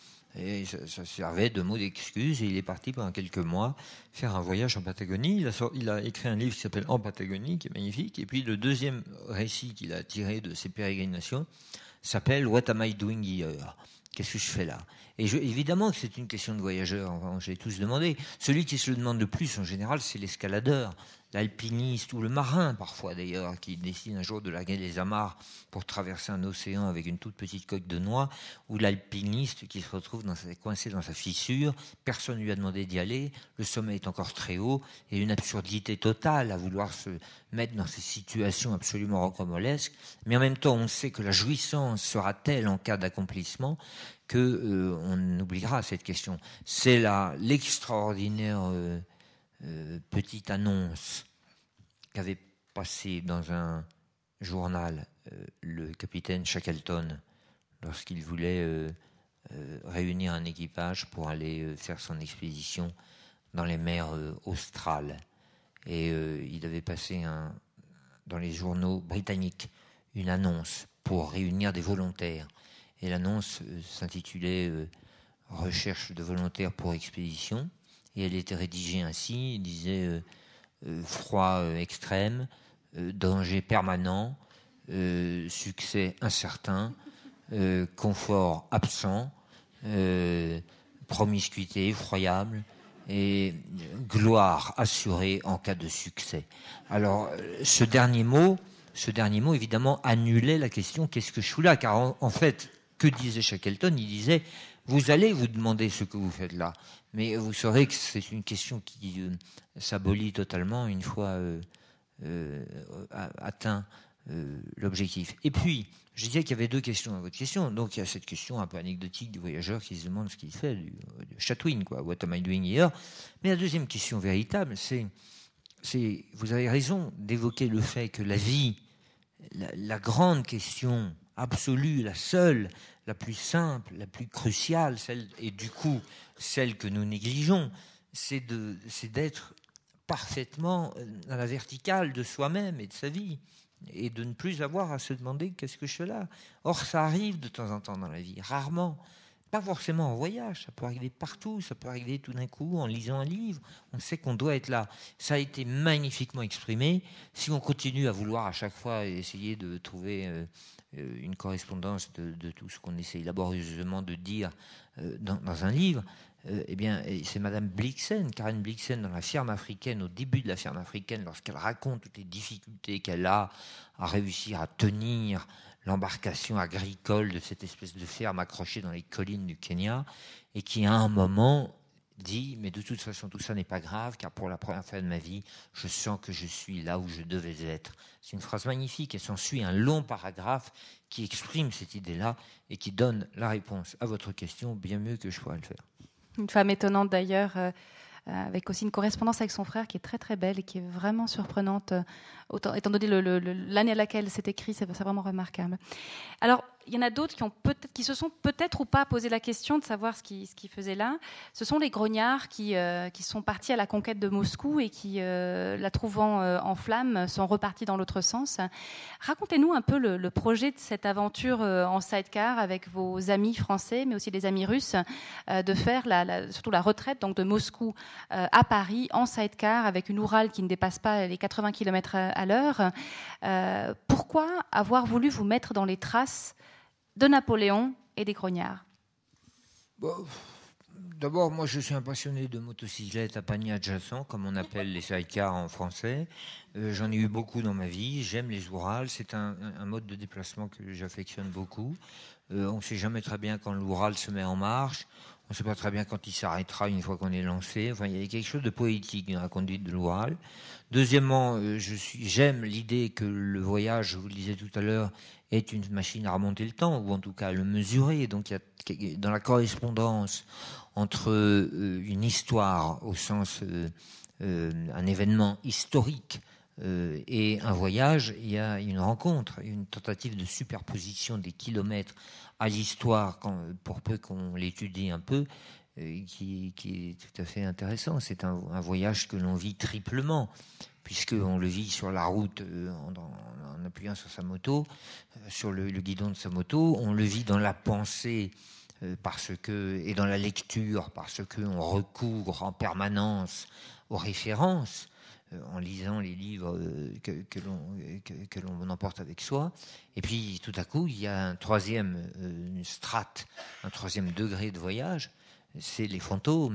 Et ça, ça servait de mot d'excuse et il est parti pendant quelques mois faire un voyage en Patagonie. Il a, sorti, il a écrit un livre qui s'appelle « En Patagonie » qui est magnifique. Et puis le deuxième récit qu'il a tiré de ses pérégrinations s'appelle « What am I doing here ?» Qu'est-ce que je fais là? Et je, évidemment que c'est une question de voyageur, enfin, j'ai tous demandé. Celui qui se le demande le plus en général, c'est l'escaladeur. l'alpiniste ou le marin, parfois d'ailleurs, qui décide un jour de larguer les amarres pour traverser un océan avec une toute petite coque de noix, ou l'alpiniste qui se retrouve dans sa, coincé dans sa fissure, personne ne lui a demandé d'y aller, le sommet est encore très haut, et une absurdité totale à vouloir se mettre dans ces situations absolument rocambolesques, mais en même temps on sait que la jouissance sera telle en cas d'accomplissement que euh, on oubliera cette question. C'est là l'extraordinaire euh, euh, petite annonce qu'avait passée dans un journal euh, le capitaine Shackleton lorsqu'il voulait euh, euh, réunir un équipage pour aller euh, faire son expédition dans les mers euh, australes. Et euh, il avait passé un, dans les journaux britanniques une annonce pour réunir des volontaires. Et l'annonce euh, s'intitulait euh, « Recherche de volontaires pour expédition ». Et elle était rédigée ainsi, il disait euh, euh, « Froid euh, extrême, euh, danger permanent, euh, succès incertain, euh, confort absent, euh, promiscuité effroyable et gloire assurée en cas de succès ». Alors, ce dernier mot, ce dernier mot, évidemment, annulait la question « Qu'est-ce que je fous là ?» Car en, en fait, que disait Shackleton ? Il disait « Vous allez vous demander ce que vous faites là, mais vous saurez que c'est une question qui euh, s'abolit totalement une fois euh, euh, atteint euh, l'objectif. » Et puis, je disais qu'il y avait deux questions dans votre question. Donc, il y a cette question un peu anecdotique du voyageur qui se demande ce qu'il fait, du, du Chatwin, quoi. What am I doing here ? Mais la deuxième question véritable, c'est, c'est vous avez raison d'évoquer le fait que la vie, la, la grande question absolue, la seule, la plus simple, la plus cruciale, celle, et du coup, celle que nous négligeons, c'est, de, c'est d'être parfaitement dans la verticale de soi-même et de sa vie, et de ne plus avoir à se demander qu'est-ce que je fais là. Or, ça arrive de temps en temps dans la vie, rarement. Pas forcément en voyage, ça peut arriver partout, ça peut arriver tout d'un coup en lisant un livre. On sait qu'on doit être là. Ça a été magnifiquement exprimé. Si on continue à vouloir à chaque fois essayer de trouver euh, une correspondance de, de tout ce qu'on essaie laborieusement de dire euh, dans, dans un livre, euh, eh bien, c'est Madame Blixen, Karen Blixen, dans La ferme africaine, au début de La ferme africaine, lorsqu'elle raconte toutes les difficultés qu'elle a à réussir à tenir l'embarcation agricole de cette espèce de ferme accrochée dans les collines du Kenya, et qui à un moment dit, mais de toute façon tout ça n'est pas grave, car pour la première fois de ma vie, je sens que je suis là où je devais être. C'est une phrase magnifique, et s'ensuit un long paragraphe qui exprime cette idée-là et qui donne la réponse à votre question bien mieux que je pourrais le faire. Une femme étonnante d'ailleurs, euh, avec aussi une correspondance avec son frère qui est très très belle et qui est vraiment surprenante, euh, autant, étant donné le, le, le, l'année à laquelle c'est écrit, c'est, c'est vraiment remarquable. Alors, il y en a d'autres qui, ont peut-être, qui se sont peut-être ou pas posé la question de savoir ce qu'ils ce qu'ils faisaient là. Ce sont les grognards qui, euh, qui sont partis à la conquête de Moscou et qui, euh, la trouvant euh, en flammes, sont repartis dans l'autre sens. Racontez-nous un peu le, le projet de cette aventure euh, en sidecar avec vos amis français, mais aussi des amis russes, euh, de faire la, la, surtout la retraite donc de Moscou euh, à Paris en sidecar avec une Oural qui ne dépasse pas les quatre-vingts kilomètres à l'heure. Euh, pourquoi avoir voulu vous mettre dans les traces de Napoléon et des grognards? Bon, d'abord, moi je suis un passionné de motocyclettes à panier adjacent, comme on appelle les sidecars en français. Euh, j'en ai eu beaucoup dans ma vie, j'aime les Ourals, c'est un, un mode de déplacement que j'affectionne beaucoup. Euh, on ne sait jamais très bien quand l'Oural se met en marche, on ne sait pas très bien quand il s'arrêtera une fois qu'on est lancé. Enfin, il y a quelque chose de poétique dans la conduite de l'Oural. Deuxièmement, euh, je suis, j'aime l'idée que le voyage, je vous le disais tout à l'heure, est une machine à remonter le temps, ou en tout cas à le mesurer. Donc, il y a dans la correspondance entre euh, une histoire, au sens euh, euh, un événement historique, euh, et un voyage, il y a une rencontre, une tentative de superposition des kilomètres à l'histoire, quand, pour peu qu'on l'étudie un peu, euh, qui, qui est tout à fait intéressant. C'est un, un voyage que l'on vit triplement, puisqu'on le vit sur la route euh, en, en, en appuyant sur sa moto, euh, sur le, le guidon de sa moto, on le vit dans la pensée euh, parce que, et dans la lecture, parce qu'on recourt en permanence aux références, euh, en lisant les livres euh, que, que, l'on, que, que l'on emporte avec soi. Et puis tout à coup, il y a un troisième euh, strate, un troisième degré de voyage, c'est les fantômes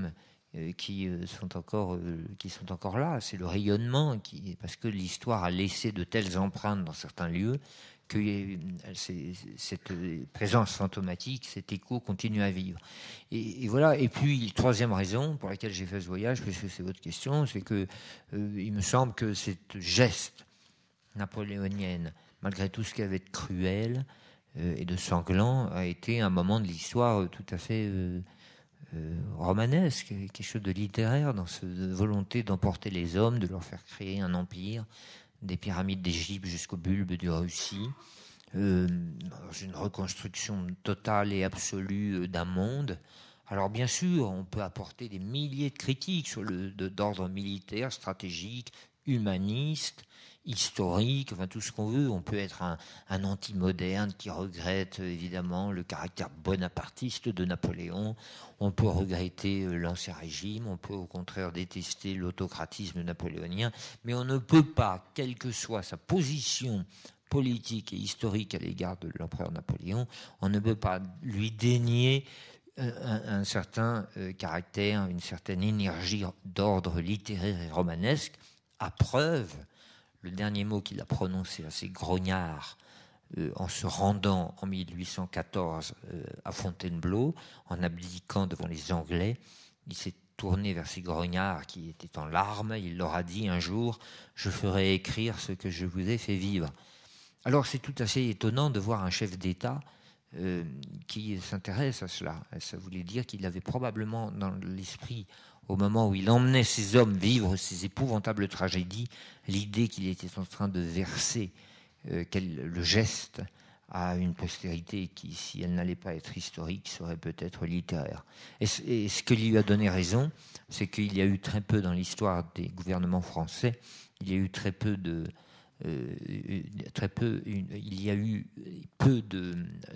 euh, qui, euh, sont encore, euh, qui sont encore là. C'est le rayonnement, qui, parce que l'histoire a laissé de telles empreintes dans certains lieux que euh, c'est, cette présence fantomatique, cet écho continue à vivre. Et, et voilà. Et puis, troisième raison pour laquelle j'ai fait ce voyage, puisque c'est votre question, c'est que euh, il me semble que cette geste napoléonienne, malgré tout ce qu'il y avait de cruel euh, et de sanglant, a été un moment de l'histoire tout à fait euh, euh, romanesque, quelque chose de littéraire dans cette volonté d'emporter les hommes, de leur faire créer un empire, des pyramides d'Égypte jusqu'au bulbe de Russie, euh, dans une reconstruction totale et absolue d'un monde. Alors bien sûr, on peut apporter des milliers de critiques sur le, de, d'ordre militaire, stratégique, humaniste, historique, enfin tout ce qu'on veut. On peut être un, un anti-moderne qui regrette évidemment le caractère bonapartiste de Napoléon. On peut regretter l'Ancien Régime, on peut au contraire détester l'autocratisme napoléonien, mais on ne peut pas, quelle que soit sa position politique et historique à l'égard de l'empereur Napoléon, on ne peut pas lui dénier un, un certain euh, caractère, une certaine énergie d'ordre littéraire et romanesque, à preuve, le dernier mot qu'il a prononcé assez grognard euh, en se rendant en mille huit cent quatorze euh, à Fontainebleau, en abdiquant devant les Anglais, il s'est tourné vers ces grognards qui étaient en larmes, il leur a dit un jour « Je ferai écrire ce que je vous ai fait vivre ». Alors c'est tout assez étonnant de voir un chef d'État euh, qui s'intéresse à cela. Ça voulait dire qu'il avait probablement dans l'esprit, au moment où il emmenait ces hommes vivre ces épouvantables tragédies, l'idée qu'il était en train de verser euh, quel, le geste à une postérité qui, si elle n'allait pas être historique, serait peut-être littéraire. Et, et ce qui lui a donné raison, c'est qu'il y a eu très peu dans l'histoire des gouvernements français, il y a eu très peu de... Euh, très peu, une, il y a eu peu de,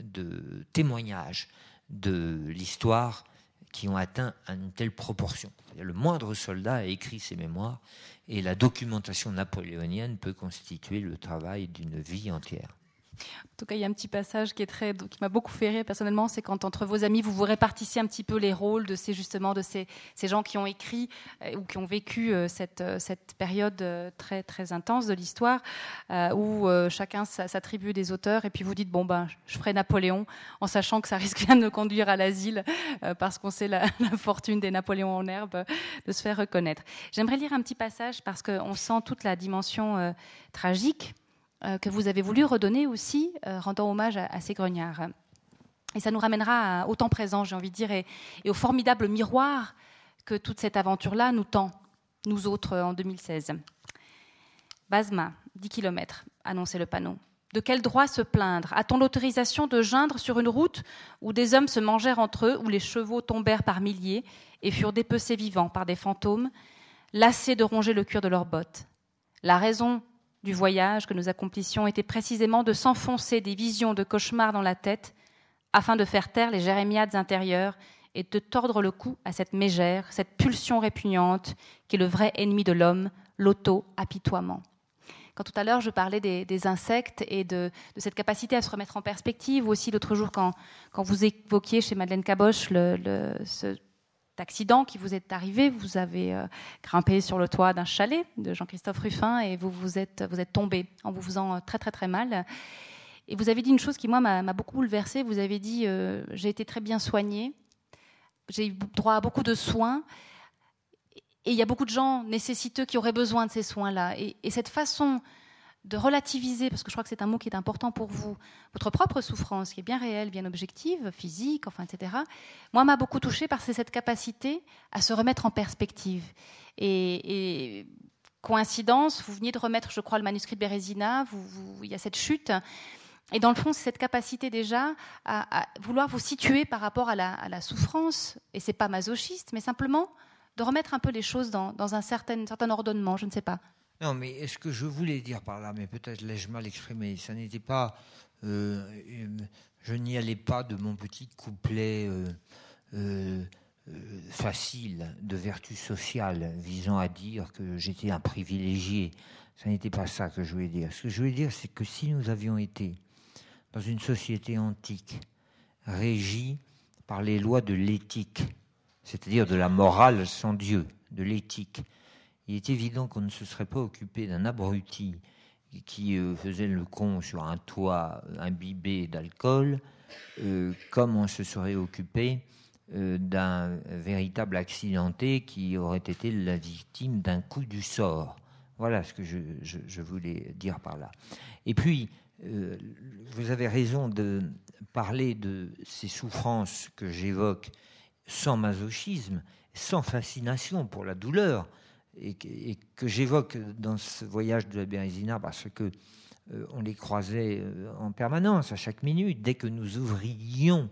de témoignages de l'histoire qui ont atteint une telle proportion. Le moindre soldat a écrit ses mémoires et la documentation napoléonienne peut constituer le travail d'une vie entière. En tout cas, il y a un petit passage qui est très, qui m'a beaucoup fait rire personnellement, c'est quand entre vos amis vous vous répartissiez un petit peu les rôles de ces justement de ces, ces gens qui ont écrit euh, ou qui ont vécu euh, cette cette période euh, très très intense de l'histoire euh, où euh, chacun s'attribue des auteurs et puis vous dites bon ben je ferai Napoléon en sachant que ça risque bien de conduire à l'asile euh, parce qu'on sait la, la fortune des Napoléons en herbe euh, de se faire reconnaître. J'aimerais lire un petit passage parce qu'on sent toute la dimension euh, tragique que vous avez voulu redonner aussi, euh, rendant hommage à, à ces grognards. Et ça nous ramènera à, au temps présent, j'ai envie de dire, et, et au formidable miroir que toute cette aventure-là nous tend, nous autres, en deux mille seize. Basma, dix kilomètres, annonçait le panneau. De quel droit se plaindre ? A-t-on l'autorisation de geindre sur une route où des hommes se mangèrent entre eux, où les chevaux tombèrent par milliers et furent dépecés vivants par des fantômes, lassés de ronger le cuir de leurs bottes ? La raison du voyage que nous accomplissions était précisément de s'enfoncer des visions de cauchemars dans la tête afin de faire taire les jérémiades intérieures et de tordre le cou à cette mégère, cette pulsion répugnante qui est le vrai ennemi de l'homme, l'auto-apitoiement. Quand tout à l'heure je parlais des, des insectes et de, de cette capacité à se remettre en perspective, ou aussi l'autre jour quand, quand vous évoquiez chez Madeleine Caboche le, le, ce d'accident qui vous est arrivé, vous avez euh, grimpé sur le toit d'un chalet de Jean-Christophe Ruffin et vous vous êtes, vous êtes tombé en vous faisant très très très mal. Et vous avez dit une chose qui moi m'a, m'a beaucoup bouleversée. Vous avez dit euh, j'ai été très bien soignée, j'ai eu droit à beaucoup de soins et il y a beaucoup de gens nécessiteux qui auraient besoin de ces soins-là. Et, et cette façon de relativiser, parce que je crois que c'est un mot qui est important pour vous, votre propre souffrance, qui est bien réelle, bien objective, physique, enfin, et cetera, moi, m'a beaucoup touchée parce que c'est cette capacité à se remettre en perspective. Et, et coïncidence, vous veniez de remettre, je crois, le manuscrit de Bérésina, vous, vous, il y a cette chute, et dans le fond, c'est cette capacité déjà à, à vouloir vous situer par rapport à la, à la souffrance, et c'est pas masochiste, mais simplement de remettre un peu les choses dans, dans un certain, certain ordonnement, je ne sais pas. Non, mais ce que je voulais dire par là, mais peut-être l'ai-je mal exprimé, ça n'était pas... Euh, je n'y allais pas de mon petit couplet euh, euh, euh, facile de vertu sociale visant à dire que j'étais un privilégié. Ça n'était pas ça que je voulais dire. Ce que je voulais dire, c'est que si nous avions été dans une société antique régie par les lois de l'éthique, c'est-à-dire de la morale sans Dieu, de l'éthique. Il est évident qu'on ne se serait pas occupé d'un abruti qui euh, faisait le con sur un toit imbibé d'alcool, euh, comme on se serait occupé euh, d'un véritable accidenté qui aurait été la victime d'un coup du sort. Voilà ce que je, je, je voulais dire par là. Et puis, euh, vous avez raison de parler de ces souffrances que j'évoque sans masochisme, sans fascination pour la douleur, et que, et que j'évoque dans ce voyage de la Bérésina parce que euh, on les croisait euh, en permanence, à chaque minute. Dès que nous ouvrions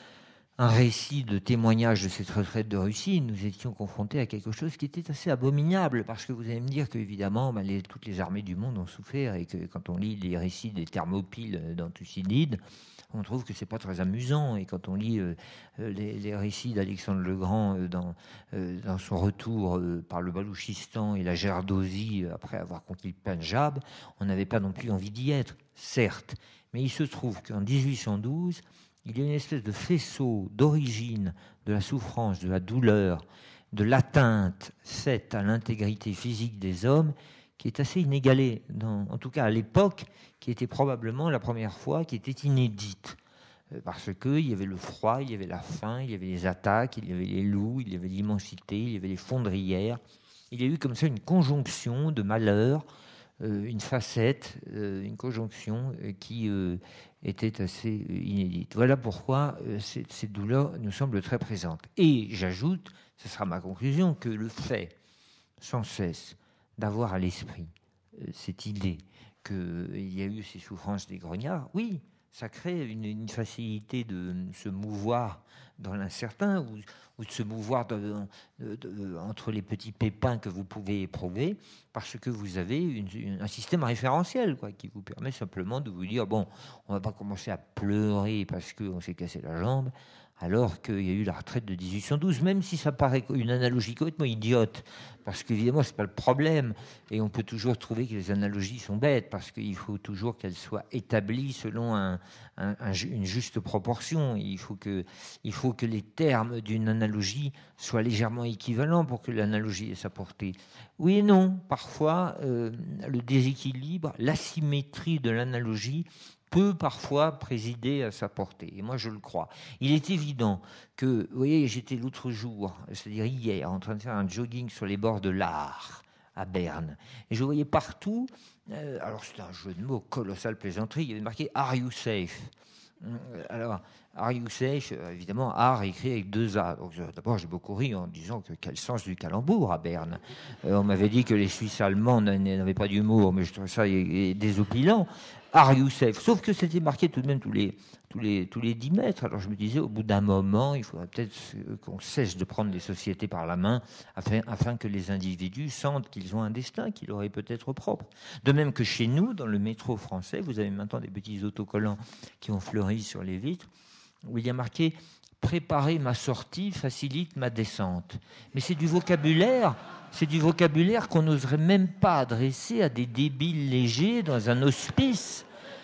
un récit de témoignage de cette retraite de Russie, nous étions confrontés à quelque chose qui était assez abominable, parce que vous allez me dire qu'évidemment, ben, les, toutes les armées du monde ont souffert, et que quand on lit les récits des Thermopyles dans Thucydide, on trouve que c'est pas très amusant. Et quand on lit euh, les, les récits d'Alexandre le Grand euh, dans, euh, dans son retour euh, par le Balouchistan et la Gerdosie euh, après avoir conquis le Pendjab, on n'avait pas non plus envie d'y être, certes. Mais il se trouve qu'en dix-huit cent douze, il y a une espèce de faisceau d'origine de la souffrance, de la douleur, de l'atteinte faite à l'intégrité physique des hommes qui est assez inégalée, dans, en tout cas à l'époque, qui était probablement la première fois, qui était inédite. Parce qu'il y avait le froid, il y avait la faim, il y avait les attaques, il y avait les loups, il y avait l'immensité, il y avait les fondrières. Il y a eu comme ça une conjonction de malheurs, euh, une facette, euh, une conjonction euh, qui euh, était assez inédite. Voilà pourquoi euh, ces, ces douleurs nous semblent très présentes. Et j'ajoute, ce sera ma conclusion, que le fait, sans cesse, d'avoir à l'esprit euh, cette idée qu'il y a eu ces souffrances des grognards, oui, ça crée une, une facilité de se mouvoir dans l'incertain, ou, ou de se mouvoir de, de, de, entre les petits pépins que vous pouvez éprouver, parce que vous avez une, une, un système référentiel, quoi, qui vous permet simplement de vous dire, bon, on ne va pas commencer à pleurer parce qu'on s'est cassé la jambe, alors qu'il y a eu la retraite de dix-huit cent douze, même si ça paraît une analogie complètement idiote, parce qu'évidemment, ce n'est pas le problème, et on peut toujours trouver que les analogies sont bêtes, parce qu'il faut toujours qu'elles soient établies selon un, un, un, une juste proportion. Il faut, que, il faut que les termes d'une analogie soient légèrement équivalents pour que l'analogie ait sa portée. Oui et non, parfois, euh, le déséquilibre, l'asymétrie de l'analogie peut parfois présider à sa portée. Et moi, je le crois. Il est évident que, vous voyez, j'étais l'autre jour, c'est-à-dire hier, en train de faire un jogging sur les bords de l'Ar, à Berne. Et je voyais partout, euh, alors c'était un jeu de mots, colossal plaisanterie, il y avait marqué « Are you safe ?» Alors, Are you safe ? Évidemment, Are écrit avec deux A. Donc, d'abord, j'ai beaucoup ri en disant que quel sens du calembour à Berne. Euh, on m'avait dit que les Suisses allemands n'avaient pas d'humour, mais je trouvais ça désopilant. Are you safe ? Sauf que c'était marqué tout de même tous les, tous les, tous les dix mètres. Alors je me disais, au bout d'un moment, il faudrait peut-être qu'on cesse de prendre les sociétés par la main afin, afin que les individus sentent qu'ils ont un destin qui leur est peut-être propre. De même que chez nous, dans le métro français, vous avez maintenant des petits autocollants qui ont fleuri sur les vitres, où il y a marqué « Préparer ma sortie facilite ma descente ». Mais c'est du vocabulaire... C'est du vocabulaire qu'on n'oserait même pas adresser à des débiles légers dans un hospice.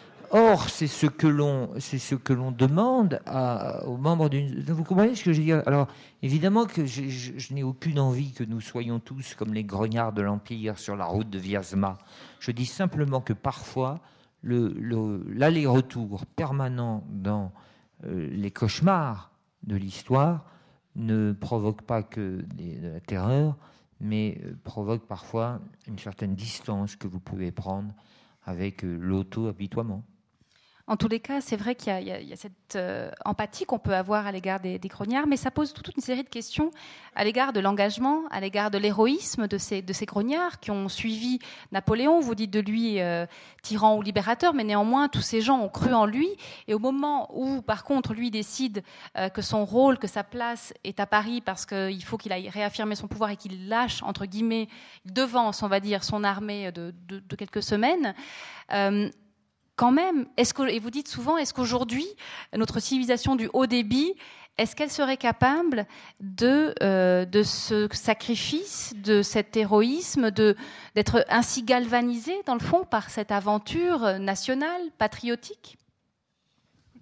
Or, c'est ce que l'on, c'est ce que l'on demande à, aux membres d'une... Vous comprenez ce que je veux dire ? Alors, évidemment que je, je, je n'ai aucune envie que nous soyons tous comme les grognards de l'Empire sur la route de Viazma. Je dis simplement que parfois, le, le, l'aller-retour permanent dans euh, les cauchemars de l'histoire ne provoque pas que des, de la terreur, mais provoque parfois une certaine distance que vous pouvez prendre avec l'auto-apitoiement. En tous les cas, c'est vrai qu'il y a, il y a, il y a cette euh, empathie qu'on peut avoir à l'égard des, des grognards, mais ça pose toute une série de questions à l'égard de l'engagement, à l'égard de l'héroïsme de ces, de ces grognards qui ont suivi Napoléon. Vous dites de lui euh, tyran ou libérateur, mais néanmoins, tous ces gens ont cru en lui. Et au moment où, par contre, lui décide euh, que son rôle, que sa place est à Paris parce qu'il faut qu'il aille réaffirmer son pouvoir et qu'il lâche, entre guillemets, devance, on va dire, son armée de, de, de quelques semaines, euh, quand même, est-ce que, et vous dites souvent, est-ce qu'aujourd'hui, notre civilisation du haut débit, est-ce qu'elle serait capable de, euh, de ce sacrifice, de cet héroïsme, de, d'être ainsi galvanisée, dans le fond, par cette aventure nationale, patriotique ?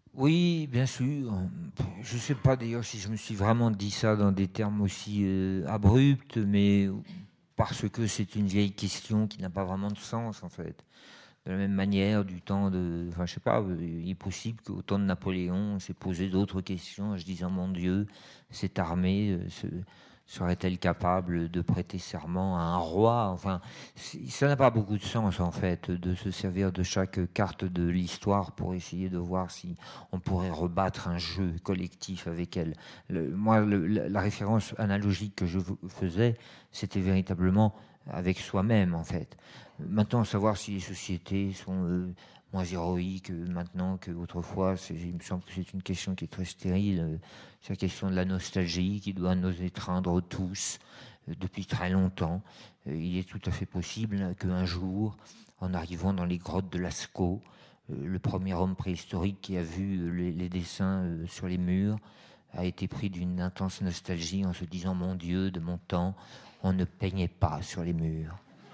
Oui, bien sûr. Je ne sais pas d'ailleurs si je me suis vraiment dit ça dans des termes aussi euh, abrupts, mais parce que c'est une vieille question qui n'a pas vraiment de sens en fait. De la même manière, du temps de... Enfin, je sais pas, il est possible qu'au temps de Napoléon, on s'est posé d'autres questions en se disant, mon Dieu, cette armée euh, se- serait-elle capable de prêter serment à un roi? Enfin, ça n'a pas beaucoup de sens, en fait, de se servir de chaque carte de l'histoire pour essayer de voir si on pourrait rebattre un jeu collectif avec elle. Le, moi, le, la, la référence analogique que je faisais, c'était véritablement avec soi-même, en fait. Maintenant, savoir si les sociétés sont euh, moins héroïques euh, maintenant qu'autrefois, il me semble que c'est une question qui est très stérile. Euh, c'est la question de la nostalgie qui doit nous étreindre tous euh, depuis très longtemps. Euh, il est tout à fait possible qu'un jour, en arrivant dans les grottes de Lascaux, euh, le premier homme préhistorique qui a vu euh, les, les dessins euh, sur les murs a été pris d'une intense nostalgie en se disant, mon Dieu, de mon temps, on ne peignait pas sur les murs.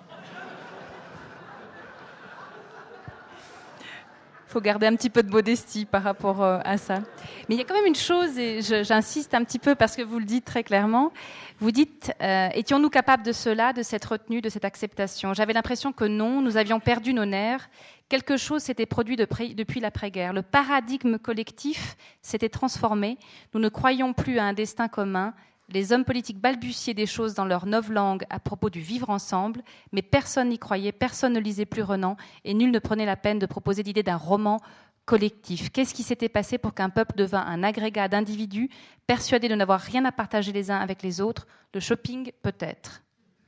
Il faut garder un petit peu de modestie par rapport à ça. Mais il y a quand même une chose, et je, j'insiste un petit peu parce que vous le dites très clairement. Vous dites, euh, étions-nous capables de cela, de cette retenue, de cette acceptation? J'avais l'impression que non, nous avions perdu nos nerfs. Quelque chose s'était produit de pré- depuis l'après-guerre. Le paradigme collectif s'était transformé. Nous ne croyions plus à un destin commun. Les hommes politiques balbutiaient des choses dans leur novlangue à propos du vivre ensemble, mais personne n'y croyait, personne ne lisait plus Renan, et nul ne prenait la peine de proposer l'idée d'un roman collectif. Qu'est-ce qui s'était passé pour qu'un peuple devint un agrégat d'individus persuadés de n'avoir rien à partager les uns avec les autres? Le shopping, peut-être.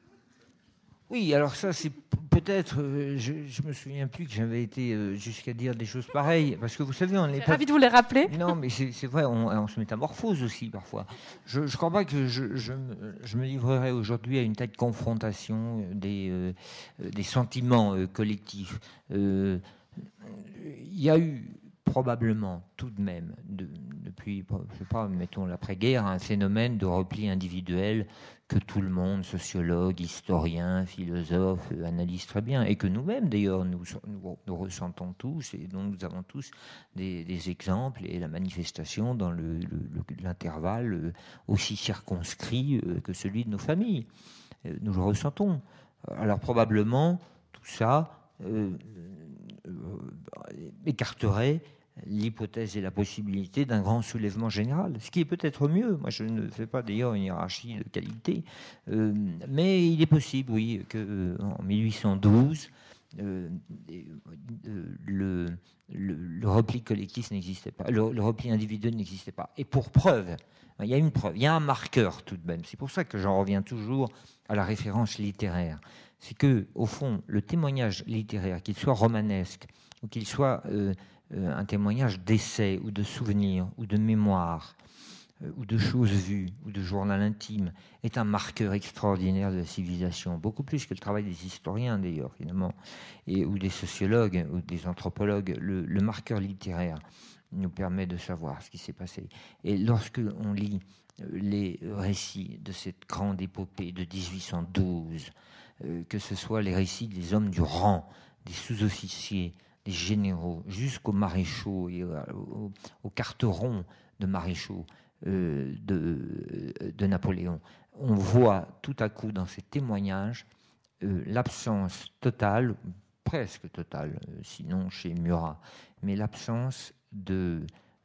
Oui, alors ça, c'est peut-être, euh, je, je me souviens plus que j'avais été euh, jusqu'à dire des choses pareilles, parce que vous savez, on n'est pas... Ravi de vous les rappeler. Non, mais c'est, c'est vrai, on, on se métamorphose aussi parfois. Je ne crois pas que je, je, je me livrerai aujourd'hui à une telle confrontation des, euh, des sentiments euh, collectifs. Euh, Il y a eu probablement tout de même, de, depuis, je sais pas, mettons l'après-guerre, un phénomène de repli individuel que tout le monde, sociologue, historien, philosophe, analyse très bien, et que nous-mêmes d'ailleurs nous, nous, nous ressentons tous, et dont nous avons tous des, des exemples, et la manifestation dans le, le, l'intervalle aussi circonscrit que celui de nos familles. Nous le ressentons. Alors probablement tout ça euh, euh, écarterait l'hypothèse et la possibilité d'un grand soulèvement général, ce qui est peut-être mieux. Moi, je ne fais pas d'ailleurs une hiérarchie de qualité, euh, mais il est possible, oui, qu'en euh, mille huit cent douze, euh, euh, le, le, le repli collectif n'existait pas, le, le repli individuel n'existait pas. Et pour preuve, il y a une preuve, il y a un marqueur tout de même. C'est pour ça que j'en reviens toujours à la référence littéraire. C'est que, au fond, le témoignage littéraire, qu'il soit romanesque ou qu'il soit euh, euh, un témoignage d'essai ou de souvenir ou de mémoire euh, ou de choses vues ou de journal intime, est un marqueur extraordinaire de la civilisation, beaucoup plus que le travail des historiens d'ailleurs finalement, et, ou des sociologues ou des anthropologues. Le, le marqueur littéraire nous permet de savoir ce qui s'est passé. Et lorsque on lit les récits de cette grande épopée de dix-huit cent douze, euh, que ce soit les récits des hommes du rang, des sous-officiers, des généraux, jusqu'aux maréchaux et aux, aux carterons de maréchaux euh, de, de Napoléon, on voit tout à coup dans ces témoignages euh, l'absence totale, presque totale, euh, sinon chez Murat, mais l'absence de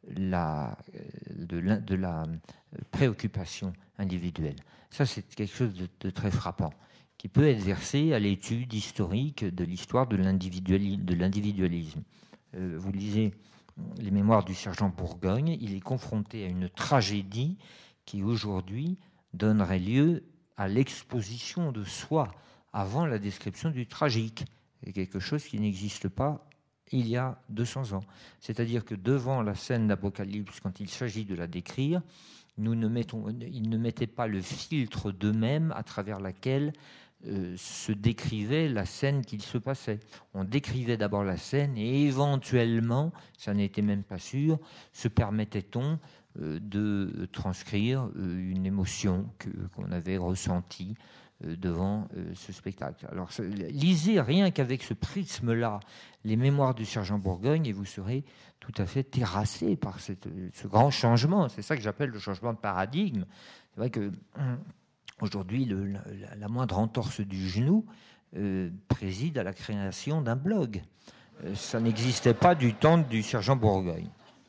la, de la, de la préoccupation individuelle. Ça, c'est quelque chose de, de très frappant, qui peut être versé à l'étude historique de l'histoire de, l'individuali- de l'individualisme. Euh, vous lisez les mémoires du sergent Bourgogne, il est confronté à une tragédie qui, aujourd'hui, donnerait lieu à l'exposition de soi avant la description du tragique. C'est quelque chose qui n'existe pas il y a deux cents ans. C'est-à-dire que devant la scène d'Apocalypse, quand il s'agit de la décrire, nous ne mettons, ils ne mettaient pas le filtre d'eux-mêmes à travers laquelle euh, se décrivait la scène qu'il se passait. On décrivait d'abord la scène et éventuellement, ça n'était même pas sûr, se permettait-on euh, de transcrire euh, une émotion que, qu'on avait ressentie euh, devant euh, ce spectacle. Alors, lisez rien qu'avec ce prisme-là les mémoires du sergent Bourgogne et vous serez tout à fait terrassé par cette, ce grand changement. C'est ça que j'appelle le changement de paradigme. C'est vrai que aujourd'hui, le, la, la moindre entorse du genou euh, préside à la création d'un blog. Euh, ça n'existait pas du temps du sergent Bourgogne.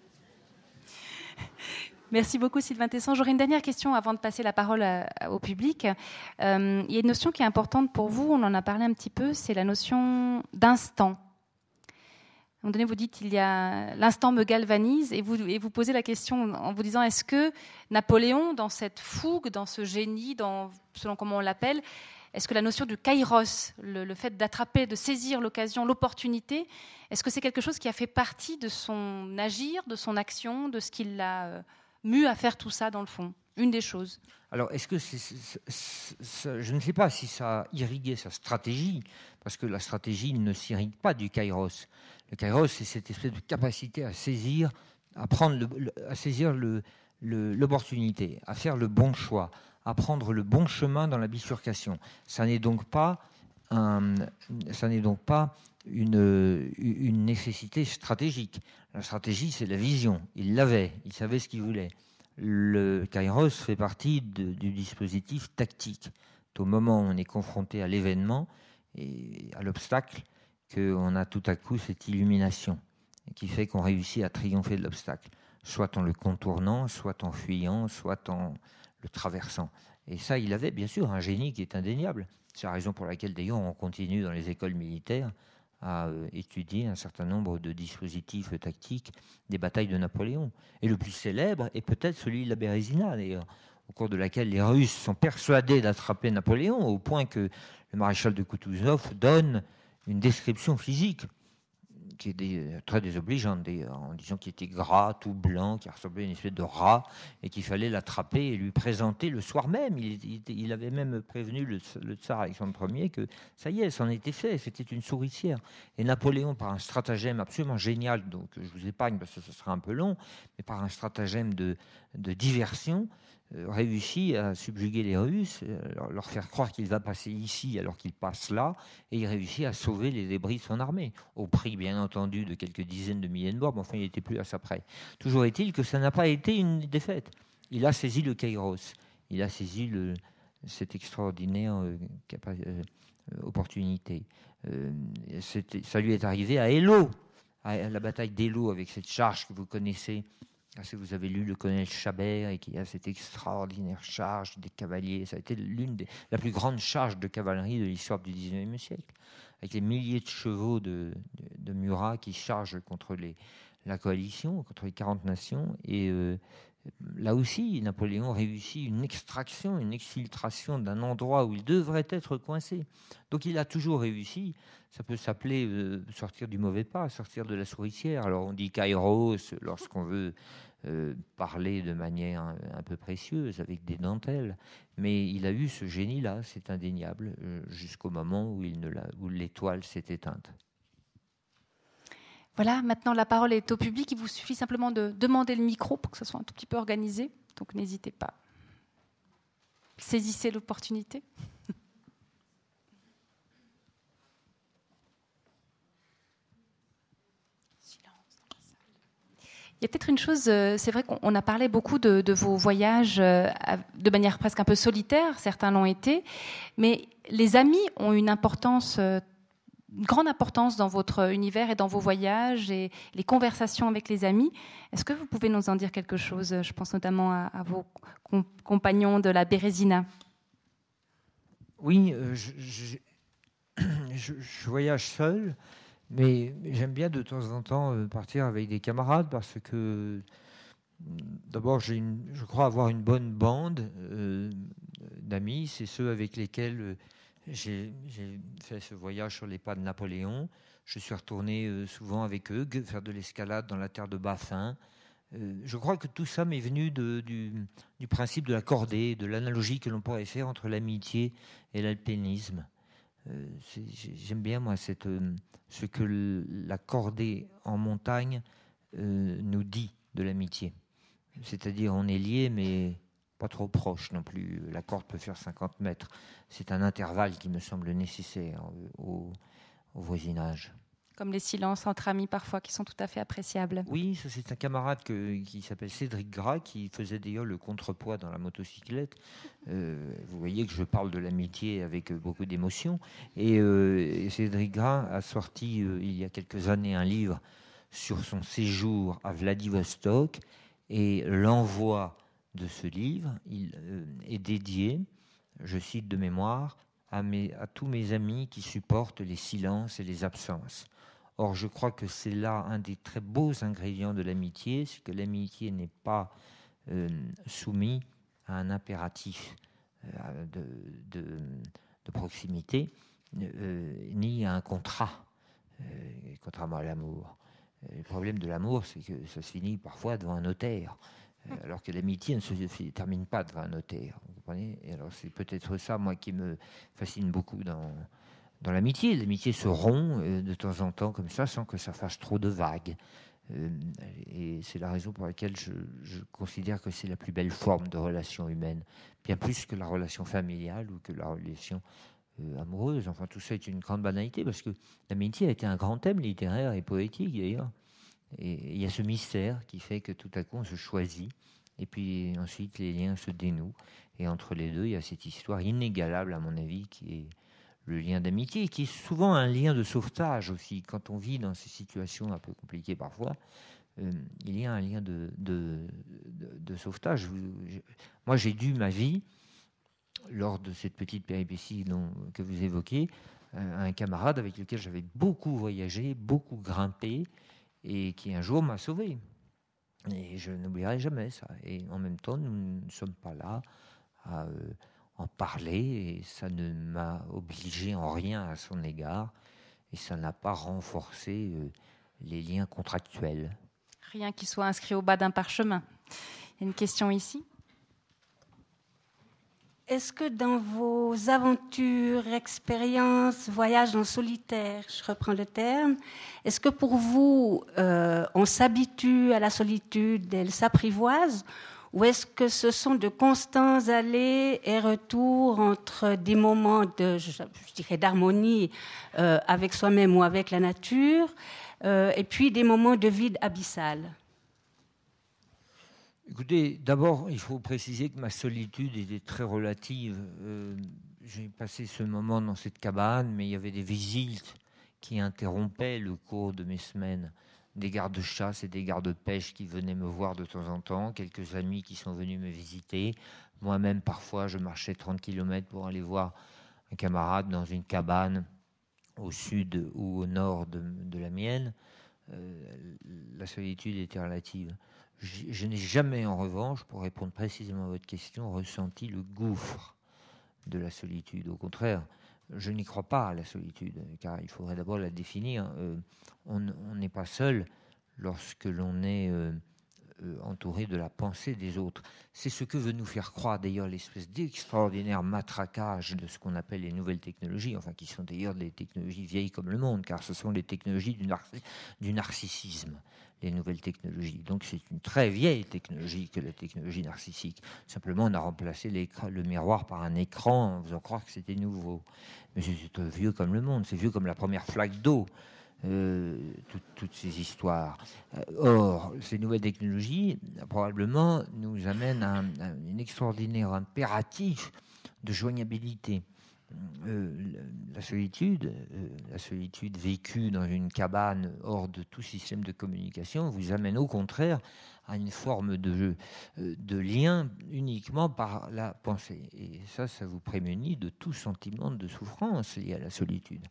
Merci beaucoup Sylvain Tesson. J'aurais une dernière question avant de passer la parole à, à, au public. Euh, il y a une notion qui est importante pour vous, on en a parlé un petit peu, c'est la notion d'instant. À un moment donné, vous dites il y a l'instant me galvanise et vous, et vous posez la question en vous disant est-ce que Napoléon, dans cette fougue, dans ce génie, dans, selon comment on l'appelle, est-ce que la notion du kairos, le, le fait d'attraper, de saisir l'occasion, l'opportunité, est-ce que c'est quelque chose qui a fait partie de son agir, de son action, de ce qui l'a euh, mu à faire tout ça dans le fond? Une des choses. Alors, est-ce que c'est, c'est, c'est, c'est, je ne sais pas si ça a irrigué sa stratégie, parce que la stratégie ne s'irrigue pas du kairos. Le kairos, c'est cette espèce de capacité à saisir, à prendre, le, le, à saisir le, le, l'opportunité, à faire le bon choix, à prendre le bon chemin dans la bifurcation. Ça n'est donc pas, un, ça n'est donc pas une, une nécessité stratégique. La stratégie, c'est la vision. Il l'avait, il savait ce qu'il voulait. Le kairos fait partie de, du dispositif tactique. C'est au moment où on est confronté à l'événement et à l'obstacle qu'on a tout à coup cette illumination qui fait qu'on réussit à triompher de l'obstacle, soit en le contournant, soit en fuyant, soit en le traversant. Et ça, il avait bien sûr un génie qui est indéniable. C'est la raison pour laquelle d'ailleurs on continue dans les écoles militaires à euh, étudier un certain nombre de dispositifs tactiques des batailles de Napoléon. Et le plus célèbre est peut-être celui de la Bérésina, d'ailleurs, au cours de laquelle les Russes sont persuadés d'attraper Napoléon, au point que le maréchal de Koutouzov donne une description physique qui est des, très désobligeante, d'ailleurs, en disant qu'il était gras, tout blanc, qui ressemblait à une espèce de rat, et qu'il fallait l'attraper et lui présenter le soir même. Il, il, il avait même prévenu le, le tsar Alexandre Ier que ça y est, c'en était fait, c'était une souricière. Et Napoléon, par un stratagème absolument génial, donc je vous épargne parce que ce sera un peu long, mais par un stratagème de, de diversion, euh, réussit à subjuguer les Russes, leur, leur faire croire qu'il va passer ici alors qu'il passe là, et il réussit à sauver les débris de son armée, au prix bien entendu de quelques dizaines de milliers de morts, mais enfin il n'était plus à ça près. Toujours est-il que ça n'a pas été une défaite. Il a saisi le kairos, il a saisi le, cette extraordinaire euh, capa- euh, opportunité. Euh, ça lui est arrivé à Eylau, à la bataille d'Eylau, avec cette charge que vous connaissez. Si vous avez lu le colonel Chabert et qu'il y a cette extraordinaire charge des cavaliers, ça a été l'une des la plus grande charge de cavalerie de l'histoire du dix-neuvième siècle, avec les milliers de chevaux de, de, de Murat qui chargent contre les, la coalition, contre les quarante nations. Et euh, là aussi, Napoléon réussit une extraction, une exfiltration d'un endroit où il devrait être coincé. Donc il a toujours réussi. Ça peut s'appeler euh, sortir du mauvais pas, sortir de la souricière. Alors on dit kairos lorsqu'on veut euh, parler de manière un, un peu précieuse, avec des dentelles. Mais il a eu ce génie-là, c'est indéniable, euh, jusqu'au moment où, il ne l'a, où l'étoile s'est éteinte. Voilà, maintenant la parole est au public. Il vous suffit simplement de demander le micro pour que ce soit un tout petit peu organisé. Donc n'hésitez pas. Saisissez l'opportunité. Il y a peut-être une chose, c'est vrai qu'on a parlé beaucoup de, de vos voyages de manière presque un peu solitaire, certains l'ont été, mais les amis ont une importance, une grande importance dans votre univers et dans vos voyages et les conversations avec les amis. Est-ce que vous pouvez nous en dire quelque chose? Je pense notamment à, à vos com- compagnons de la Bérésina. Oui, euh, je, je, je, je voyage seul. Mais j'aime bien de temps en temps partir avec des camarades parce que d'abord, j'ai une, je crois avoir une bonne bande euh, d'amis. C'est ceux avec lesquels j'ai, j'ai fait ce voyage sur les pas de Napoléon. Je suis retourné euh, souvent avec eux, faire de l'escalade dans la terre de Baffin. Euh, je crois que tout ça m'est venu de, du, du principe de la cordée, de l'analogie que l'on pourrait faire entre l'amitié et l'alpinisme. Euh, j'aime bien, moi, cette, euh, ce que l- la cordée en montagne euh, nous dit de l'amitié. C'est-à-dire, on est liés, mais pas trop proche non plus. La corde peut faire cinquante mètres. C'est un intervalle qui me semble nécessaire au, au voisinage. Comme les silences entre amis parfois, qui sont tout à fait appréciables. Oui, ça c'est un camarade que, qui s'appelle Cédric Gras, qui faisait d'ailleurs le contrepoids dans la motocyclette. Euh, vous voyez que je parle de l'amitié avec beaucoup d'émotion. Et, euh, et Cédric Gras a sorti euh, il y a quelques années un livre sur son séjour à Vladivostok. Et l'envoi de ce livre il, euh, est dédié, je cite de mémoire, à, mes, à tous mes amis qui supportent les silences et les absences. Or, je crois que c'est là un des très beaux ingrédients de l'amitié, c'est que l'amitié n'est pas euh, soumise à un impératif euh, de, de, de proximité, euh, ni à un contrat, euh, contrairement à l'amour. Le problème de l'amour, c'est que ça se finit parfois devant un notaire, alors que l'amitié ne se termine pas devant un notaire. Vous comprenez ? Et alors, c'est peut-être ça, moi, qui me fascine beaucoup dans... Dans l'amitié, l'amitié se rompt euh, de temps en temps comme ça, sans que ça fasse trop de vagues. Euh, et c'est la raison pour laquelle je, je considère que c'est la plus belle forme de relation humaine, bien plus que la relation familiale ou que la relation euh, amoureuse. Enfin, tout ça est une grande banalité, parce que l'amitié a été un grand thème littéraire et poétique, d'ailleurs. Et il y a ce mystère qui fait que tout à coup, on se choisit, et puis ensuite, les liens se dénouent. Et entre les deux, il y a cette histoire inégalable, à mon avis, qui est le lien d'amitié, qui est souvent un lien de sauvetage aussi. Quand on vit dans ces situations un peu compliquées parfois, euh, il y a un lien de, de, de, de sauvetage. Moi, j'ai dû ma vie, lors de cette petite péripétie dont, que vous évoquez, à un camarade avec lequel j'avais beaucoup voyagé, beaucoup grimpé, et qui un jour m'a sauvé. Et je n'oublierai jamais ça. Et en même temps, nous ne sommes pas là à... Euh, en parler, et ça ne m'a obligé en rien à son égard, et ça n'a pas renforcé euh, les liens contractuels. Rien qui soit inscrit au bas d'un parchemin. Il y a une question ici. Est-ce que dans vos aventures, expériences, voyages en solitaire, je reprends le terme, est-ce que pour vous, euh, on s'habitue à la solitude, elle s'apprivoise, ou est-ce que ce sont de constants allers et retours entre des moments de, je, je dirais, d'harmonie euh, avec soi-même ou avec la nature, euh, et puis des moments de vide abyssal ? Écoutez, d'abord, il faut préciser que ma solitude était très relative. Euh, j'ai passé ce moment dans cette cabane, mais il y avait des visites qui interrompaient le cours de mes semaines. Des gardes-chasse et des gardes-pêche qui venaient me voir de temps en temps, quelques amis qui sont venus me visiter. Moi-même, parfois, je marchais trente kilomètres pour aller voir un camarade dans une cabane au sud ou au nord de, de la mienne. Euh, la solitude était relative. Je, je n'ai jamais, en revanche, pour répondre précisément à votre question, ressenti le gouffre de la solitude. Au contraire, je n'y crois pas à la solitude, car il faudrait d'abord la définir. Euh, on n'est pas seul lorsque l'on est euh, euh, entouré de la pensée des autres. C'est ce que veut nous faire croire d'ailleurs l'espèce d'extraordinaire matraquage de ce qu'on appelle les nouvelles technologies, enfin qui sont d'ailleurs des technologies vieilles comme le monde, car ce sont les technologies du, nar- du narcissisme, les nouvelles technologies. Donc c'est une très vieille technologie que la technologie narcissique. Simplement on a remplacé le miroir par un écran en faisant croire que c'était nouveau. Mais c'est vieux comme le monde, c'est vieux comme la première flaque d'eau. Euh, tout, toutes ces histoires. Or, ces nouvelles technologies, probablement, nous amènent à un, à un extraordinaire impératif de joignabilité. Euh, la solitude, euh, la solitude vécue dans une cabane hors de tout système de communication vous amène au contraire à une forme de, euh, de lien uniquement par la pensée. Et ça, ça vous prémunit de tout sentiment de souffrance lié à la solitude.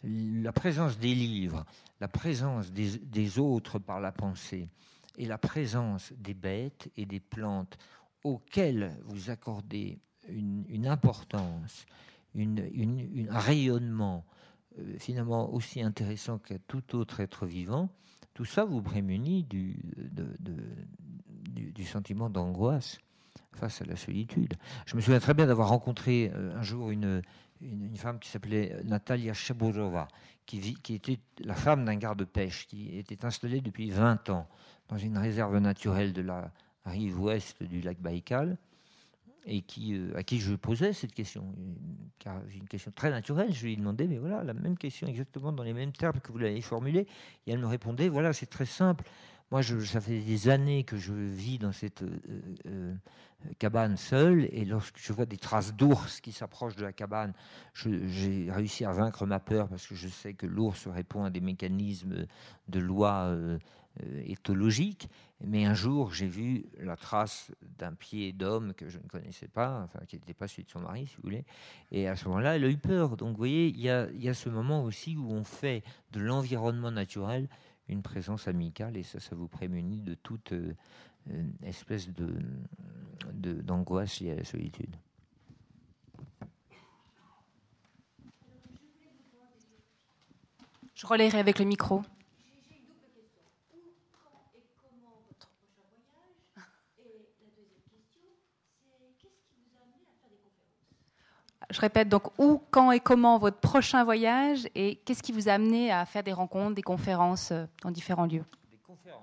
La présence des livres, la présence des, des autres par la pensée et la présence des bêtes et des plantes auxquelles vous accordez une, une importance, Une, une, une, un rayonnement euh, finalement aussi intéressant qu'à tout autre être vivant, tout ça vous prémunit du, de, de, du, du sentiment d'angoisse face à la solitude. Je me souviens très bien d'avoir rencontré euh, un jour une, une, une femme qui s'appelait Natalia Chabourova, qui, vit, qui était la femme d'un garde-pêche, qui était installée depuis vingt ans dans une réserve naturelle de la rive ouest du lac Baïkal. et qui, euh, à qui je posais cette question, car c'est une question très naturelle. Je lui ai demandé, mais voilà, la même question exactement dans les mêmes termes que vous l'avez formulée, et elle me répondait, voilà, c'est très simple. Moi, je, ça fait des années que je vis dans cette euh, euh, cabane seule, et lorsque je vois des traces d'ours qui s'approchent de la cabane, je, j'ai réussi à vaincre ma peur parce que je sais que l'ours répond à des mécanismes de loi euh, euh, éthologiques. Mais un jour, j'ai vu la trace d'un pied d'homme que je ne connaissais pas, enfin qui n'était pas celui de son mari, si vous voulez. Et à ce moment-là, elle a eu peur. Donc, vous voyez, il y a, il y a ce moment aussi où on fait de l'environnement naturel une présence amicale, et ça, ça vous prémunit de toute euh, espèce de, de, d'angoisse liée à la solitude. Je relayerai avec le micro. J'ai une double question. Où, quand et comment votre prochain voyage? Et la deuxième question, c'est qu'est-ce qui vous a amené à faire des conférences? Je répète, donc où, quand et comment votre prochain voyage, et qu'est-ce qui vous a amené à faire des rencontres, des conférences dans différents lieux? Des conférences.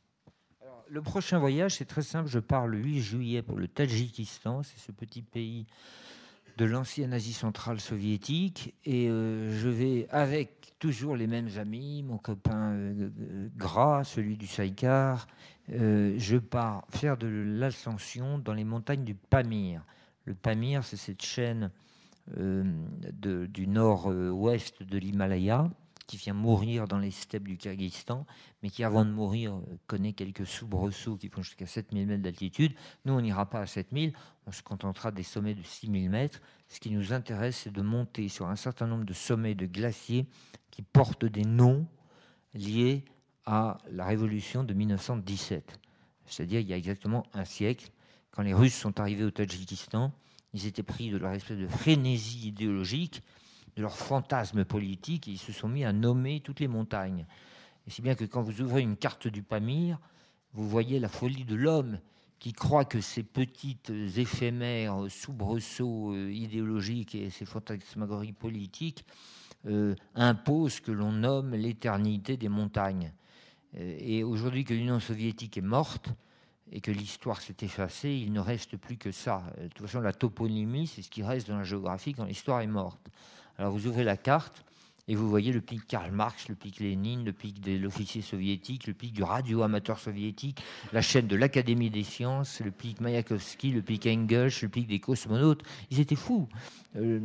Alors, le prochain voyage, c'est très simple. Je pars le huit juillet pour le Tadjikistan. C'est ce petit pays de l'ancienne Asie centrale soviétique. Et euh, je vais avec toujours les mêmes amis, mon copain euh, Gras, celui du Saïkar. Euh, je pars faire de l'ascension dans les montagnes du Pamir. Le Pamir, c'est cette chaîne euh, de, du nord-ouest de l'Himalaya, qui vient mourir dans les steppes du Kyrgyzstan, mais qui, avant de mourir, connaît quelques soubresauts qui vont jusqu'à sept mille mètres d'altitude. Nous, on n'ira pas à sept mille, on se contentera des sommets de six mille mètres. Ce qui nous intéresse, c'est de monter sur un certain nombre de sommets de glaciers qui portent des noms liés à la révolution de mille neuf cent dix-sept. C'est-à-dire, il y a exactement un siècle, quand les Russes sont arrivés au Tadjikistan, ils étaient pris de leur espèce de frénésie idéologique, de leur fantasme politique, et ils se sont mis à nommer toutes les montagnes. Et si bien que quand vous ouvrez une carte du Pamir, vous voyez la folie de l'homme qui croit que ces petites éphémères soubresauts euh, idéologiques et ces fantasmagories politiques euh, imposent que l'on nomme l'éternité des montagnes. Et aujourd'hui que l'Union soviétique est morte et que l'histoire s'est effacée, il ne reste plus que ça. De toute façon, la toponymie, c'est ce qui reste dans la géographie quand l'histoire est morte. Alors vous ouvrez la carte et vous voyez le pic Karl Marx, le pic Lénine, le pic de l'officier soviétique, le pic du radio-amateur soviétique, la chaîne de l'Académie des sciences, le pic Mayakovsky, le pic Engels, le pic des cosmonautes. Ils étaient fous. Euh,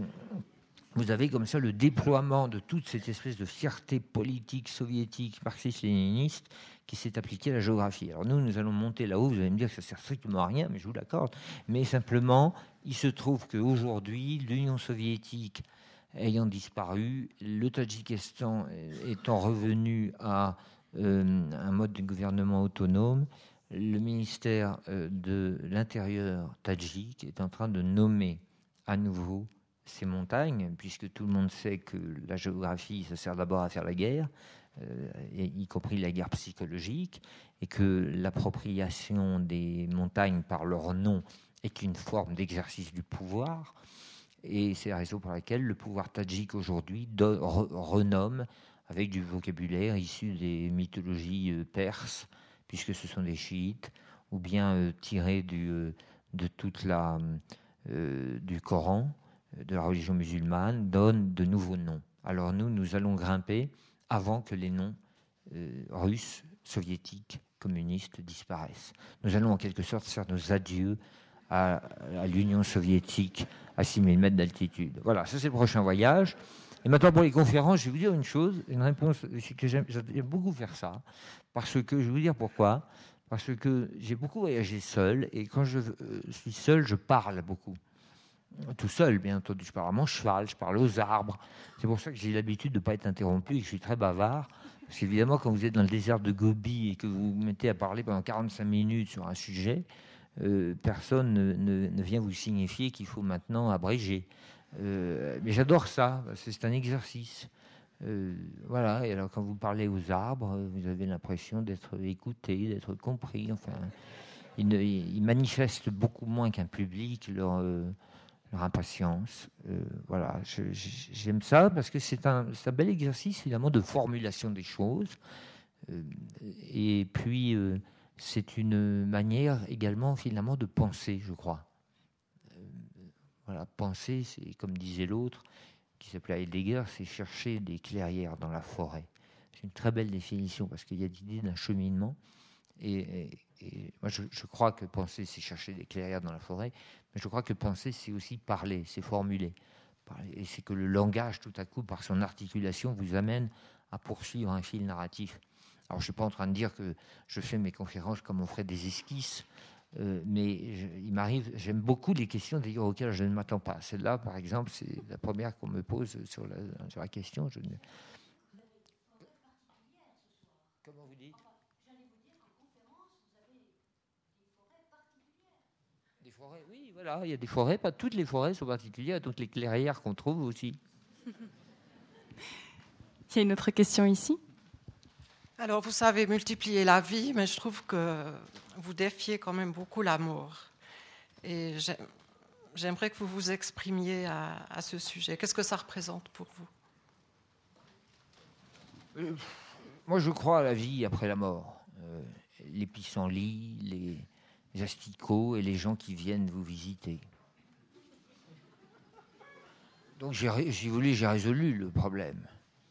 vous avez comme ça le déploiement de toute cette espèce de fierté politique soviétique, marxiste-léniniste, qui s'est appliquée à la géographie. Alors nous, nous allons monter là-haut, vous allez me dire que ça sert strictement à rien, mais je vous l'accorde. Mais simplement, il se trouve qu'aujourd'hui, l'Union soviétique ayant disparu, le Tadjikistan étant revenu à euh, un mode de gouvernement autonome, le ministère euh, de l'Intérieur tadjik est en train de nommer à nouveau ces montagnes, puisque tout le monde sait que la géographie, ça sert d'abord à faire la guerre, euh, y compris la guerre psychologique, et que l'appropriation des montagnes par leur nom est une forme d'exercice du pouvoir. Et c'est la raison pour laquelle le pouvoir tadjik aujourd'hui do, re, renomme avec du vocabulaire issu des mythologies euh, perses, puisque ce sont des chiites, ou bien euh, tiré du, euh, de toute la, euh, du Coran, de la religion musulmane, donne de nouveaux noms. Alors nous, nous allons grimper avant que les noms euh, russes, soviétiques, communistes disparaissent. Nous allons en quelque sorte faire nos adieux à, à l'Union soviétique à six mille mètres d'altitude. Voilà, ça c'est le prochain voyage. Et maintenant pour les conférences, je vais vous dire une chose, une réponse, c'est que j'aime, j'aime beaucoup faire ça, parce que, je vais vous dire pourquoi, parce que j'ai beaucoup voyagé seul, et quand je euh, suis seul, je parle beaucoup. Tout seul, bien entendu, je parle à mon cheval, je parle aux arbres. C'est pour ça que j'ai l'habitude de ne pas être interrompu et que je suis très bavard. Parce qu'évidemment, quand vous êtes dans le désert de Gobi et que vous vous mettez à parler pendant quarante-cinq minutes sur un sujet, euh, personne ne, ne, ne vient vous signifier qu'il faut maintenant abréger. Euh, mais j'adore ça, c'est un exercice. Euh, voilà, et alors quand vous parlez aux arbres, vous avez l'impression d'être écouté, d'être compris. Enfin, ils, ne, ils manifestent beaucoup moins qu'un public leur... Euh, leur impatience. Euh, voilà, je, j'aime ça parce que c'est un, c'est un bel exercice finalement de formulation des choses. Euh, et puis, euh, c'est une manière également finalement de penser, je crois. Voilà, penser, c'est comme disait l'autre, qui s'appelait Heidegger, c'est chercher des clairières dans la forêt. C'est une très belle définition parce qu'il y a l'idée d'un cheminement. Et, et, et moi, je, je crois que penser, c'est chercher des clairières dans la forêt, mais je crois que penser, c'est aussi parler, c'est formuler. Et c'est que le langage, tout à coup, par son articulation, vous amène à poursuivre un fil narratif. Alors, je ne suis pas en train de dire que je fais mes conférences comme on ferait des esquisses, euh, mais je, il m'arrive, j'aime beaucoup les questions d'ailleurs auxquelles je ne m'attends pas. Celle-là, par exemple, c'est la première qu'on me pose sur la, sur la question. Je ne... Comment vous dites ? Des forêts, oui, voilà, il y a des forêts, pas toutes les forêts sont particulières, donc les clairières qu'on trouve aussi. Il y a une autre question ici. Alors, vous savez multiplier la vie, mais je trouve que vous défiez quand même beaucoup la mort. Et j'aimerais que vous vous exprimiez à, à ce sujet. Qu'est-ce que ça représente pour vous ? euh, Moi, je crois à la vie après la mort. Euh, les pissenlits, les, les asticots et les gens qui viennent vous visiter. Donc, j'ai, j'ai voulu, j'ai résolu le problème.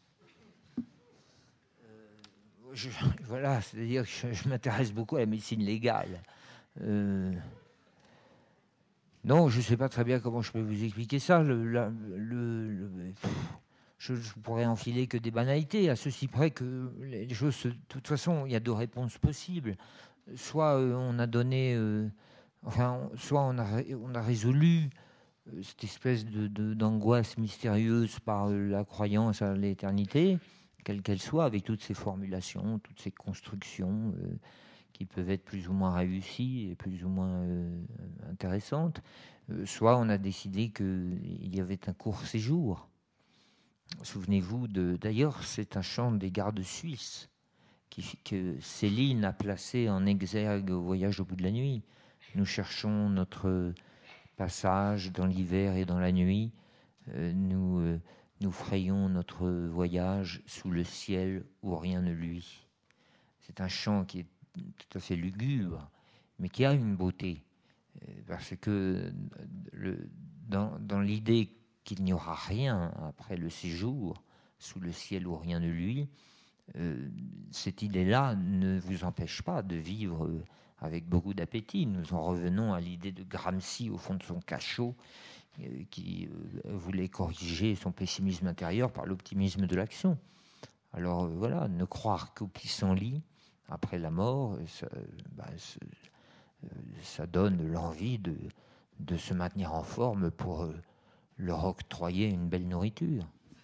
Je, voilà, c'est-à-dire que je, je m'intéresse beaucoup à la médecine légale. Euh, non, je ne sais pas très bien comment je peux vous expliquer ça. Le, la, le, le, pff, je ne pourrais enfiler que des banalités, à ceci près que les choses... De toute façon, il y a deux réponses possibles. Soit euh, on a donné... Euh, enfin, soit on a, on a résolu euh, cette espèce de, de, d'angoisse mystérieuse par euh, la croyance à l'éternité, quelle qu'elle soit, avec toutes ces formulations, toutes ces constructions euh, qui peuvent être plus ou moins réussies et plus ou moins euh, intéressantes, euh, soit on a décidé qu'il y avait un court séjour. Souvenez-vous, de, d'ailleurs, c'est un chant des gardes suisses qui, que Céline a placé en exergue au Voyage au bout de la nuit. Nous cherchons notre passage dans l'hiver et dans la nuit. Euh, nous... Euh, Nous frayons notre voyage sous le ciel où rien ne luit. C'est un chant qui est tout à fait lugubre, mais qui a une beauté. Parce que le, dans, dans l'idée qu'il n'y aura rien après le séjour, sous le ciel où rien ne luit, euh, cette idée-là ne vous empêche pas de vivre avec beaucoup d'appétit. Nous en revenons à l'idée de Gramsci au fond de son cachot, qui voulait corriger son pessimisme intérieur par l'optimisme de l'action. Alors voilà, ne croire qu'au pissenlit après la mort, ça, bah, ça donne l'envie de, de se maintenir en forme pour leur octroyer une belle nourriture.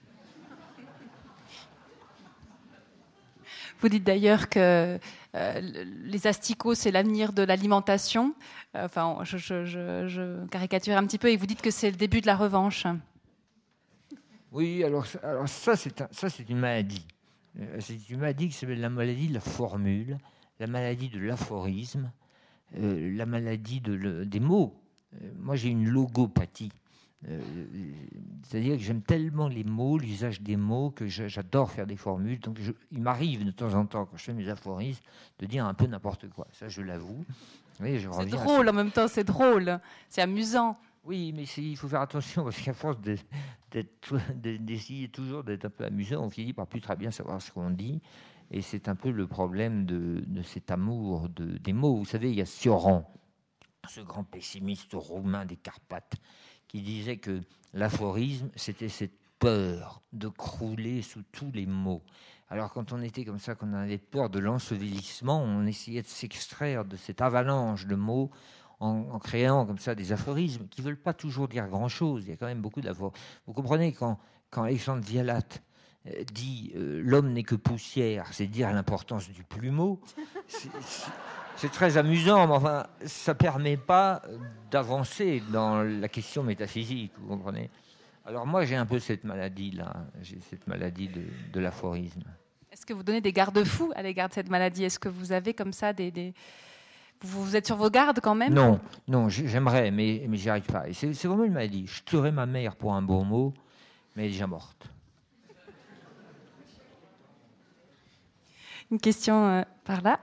Vous dites d'ailleurs que euh, les asticots, c'est l'avenir de l'alimentation. Euh, enfin, je, je, je, je caricature un petit peu, et vous dites que c'est le début de la revanche. Oui, alors, alors ça, c'est un, ça, c'est une maladie. C'est une maladie qui s'appelle la maladie de la formule, la maladie de l'aphorisme, euh, la maladie de le, des mots. Euh, moi, j'ai une logopathie. Euh, c'est-à-dire que j'aime tellement les mots, l'usage des mots, que j'adore faire des formules. Donc je, il m'arrive de temps en temps, quand je fais mes aphorismes, de dire un peu n'importe quoi. Ça, je l'avoue. Oui, je c'est drôle, en même temps, c'est drôle. C'est amusant. Oui, mais c'est, il faut faire attention, parce qu'à force de, d'être, d'essayer toujours d'être un peu amusant, on finit par plus très bien savoir ce qu'on dit. Et c'est un peu le problème de, de cet amour de, des mots. Vous savez, il y a Sioran, ce grand pessimiste roumain des Carpates, qui disait que l'aphorisme, c'était cette peur de crouler sous tous les mots. Alors quand on était comme ça, quand on avait peur de l'ensevelissement, on essayait de s'extraire de cette avalanche de mots en, en créant comme ça des aphorismes qui ne veulent pas toujours dire grand-chose. Il y a quand même beaucoup d'aphorismes. Vous comprenez, quand, quand Alexandre Vialat euh, dit euh, « l'homme n'est que poussière », c'est dire l'importance du plumeau. C'est, c'est, c'est très amusant, mais enfin, ça ne permet pas d'avancer dans la question métaphysique, vous comprenez ? Alors moi, j'ai un peu cette maladie-là, j'ai cette maladie de, de l'aphorisme. Est-ce que vous donnez des garde-fous à l'égard de cette maladie ? Est-ce que vous avez comme ça des... des... Vous êtes sur vos gardes quand même ? Non, non, j'aimerais, mais, mais j'y arrive pas. Et c'est, c'est vraiment une maladie. Je tuerais ma mère pour un bon mot, mais elle est déjà morte. Une question euh, par là.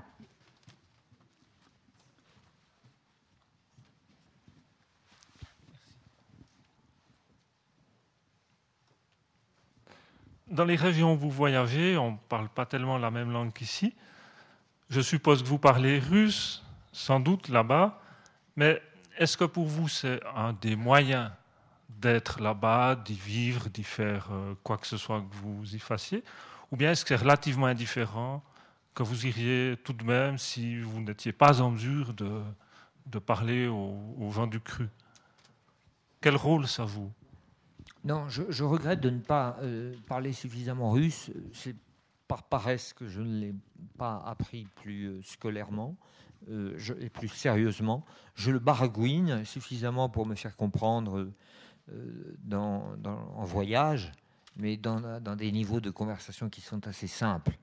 dans les régions où vous voyagez, on ne parle pas tellement la même langue qu'ici. Je suppose que vous parlez russe, sans doute là-bas, mais est-ce que pour vous c'est un des moyens d'être là-bas, d'y vivre, d'y faire euh, quoi que ce soit que vous y fassiez, ou bien est-ce que c'est relativement indifférent que vous iriez tout de même si vous n'étiez pas en mesure de, de parler aux, aux gens du cru? Quel rôle ça joue? Non, je, je regrette de ne pas euh, parler suffisamment russe. C'est par paresse que je ne l'ai pas appris plus euh, scolairement euh, je, et plus sérieusement. Je le baragouine suffisamment pour me faire comprendre euh, dans, dans, en voyage, mais dans, dans des niveaux de conversation qui sont assez simples.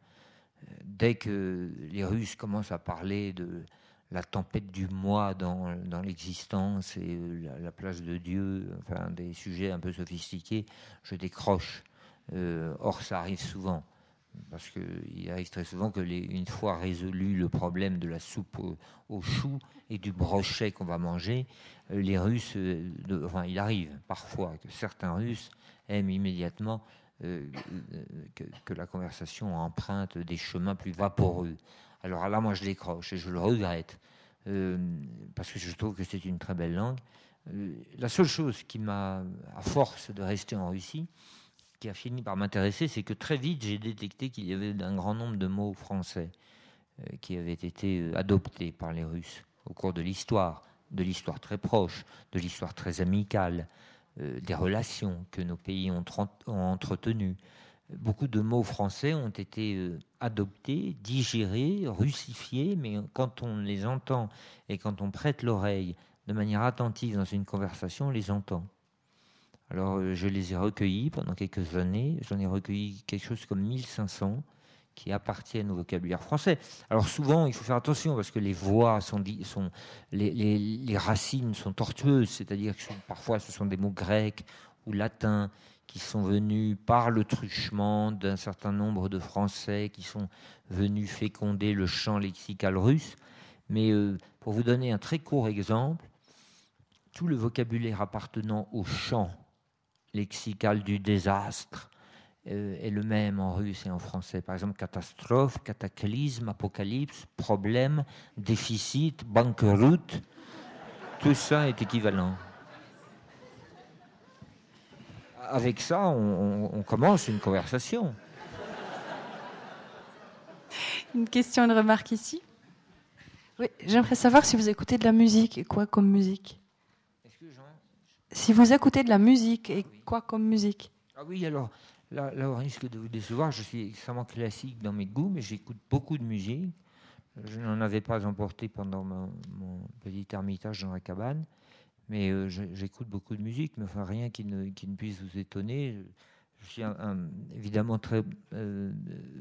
Dès que les Russes commencent à parler de la tempête du moi dans, dans l'existence et la, la place de Dieu, enfin des sujets un peu sophistiqués, je décroche. Euh, or, ça arrive souvent, parce qu'il arrive très souvent que, les, une fois résolu le problème de la soupe au, au chou et du brochet qu'on va manger, euh, les Russes, euh, de, enfin, il arrive parfois que certains Russes aiment immédiatement euh, que, que la conversation emprunte des chemins plus vaporeux. Alors là, moi, je décroche et je le regrette euh, parce que je trouve que c'est une très belle langue. Euh, la seule chose qui m'a, à force de rester en Russie, qui a fini par m'intéresser, c'est que très vite, j'ai détecté qu'il y avait un grand nombre de mots français euh, qui avaient été euh, adoptés par les Russes au cours de l'histoire, de l'histoire très proche, de l'histoire très amicale, euh, des relations que nos pays ont, ont entretenues. Beaucoup de mots français ont été euh, adoptés, digérés, russifiés, mais quand on les entend et quand on prête l'oreille de manière attentive dans une conversation, on les entend. Alors euh, je les ai recueillis pendant quelques années, j'en ai recueilli quelque chose comme mille cinq cents qui appartiennent au vocabulaire français. Alors souvent, il faut faire attention parce que les voix sont, sont les, les, les racines sont tortueuses, c'est-à-dire que parfois ce sont des mots grecs ou latins qui sont venus par le truchement d'un certain nombre de Français qui sont venus féconder le champ lexical russe. Mais euh, pour vous donner un très court exemple, tout le vocabulaire appartenant au champ lexical du désastre euh, est le même en russe et en français. Par exemple, catastrophe, cataclysme, apocalypse, problème, déficit, banqueroute, tout ça est équivalent. Avec ça, on, on commence une conversation. Une question, une remarque ici. Oui, j'aimerais savoir si vous écoutez de la musique et quoi comme musique. Est-ce que Jean... Si vous écoutez de la musique et oui. Quoi comme musique. Ah oui, alors là, là, au risque de vous décevoir, je suis extrêmement classique dans mes goûts, mais j'écoute beaucoup de musique. Je n'en avais pas emporté pendant mon, mon petit ermitage dans la cabane. Mais euh, j'écoute beaucoup de musique, mais enfin rien qui ne, qui ne puisse vous étonner. Je suis un, un, évidemment très euh,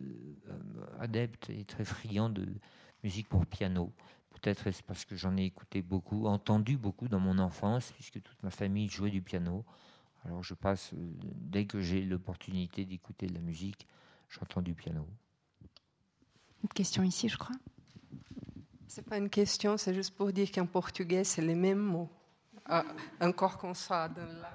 adepte et très friand de musique pour piano. Peut-être est-ce parce que j'en ai écouté beaucoup, entendu beaucoup dans mon enfance, puisque toute ma famille jouait du piano. Alors je passe, euh, dès que j'ai l'opportunité d'écouter de la musique, j'entends du piano. Une question ici, je crois. C'est pas une question, c'est juste pour dire qu'en portugais, c'est les mêmes mots. Ah, encore qu'on soit dans la...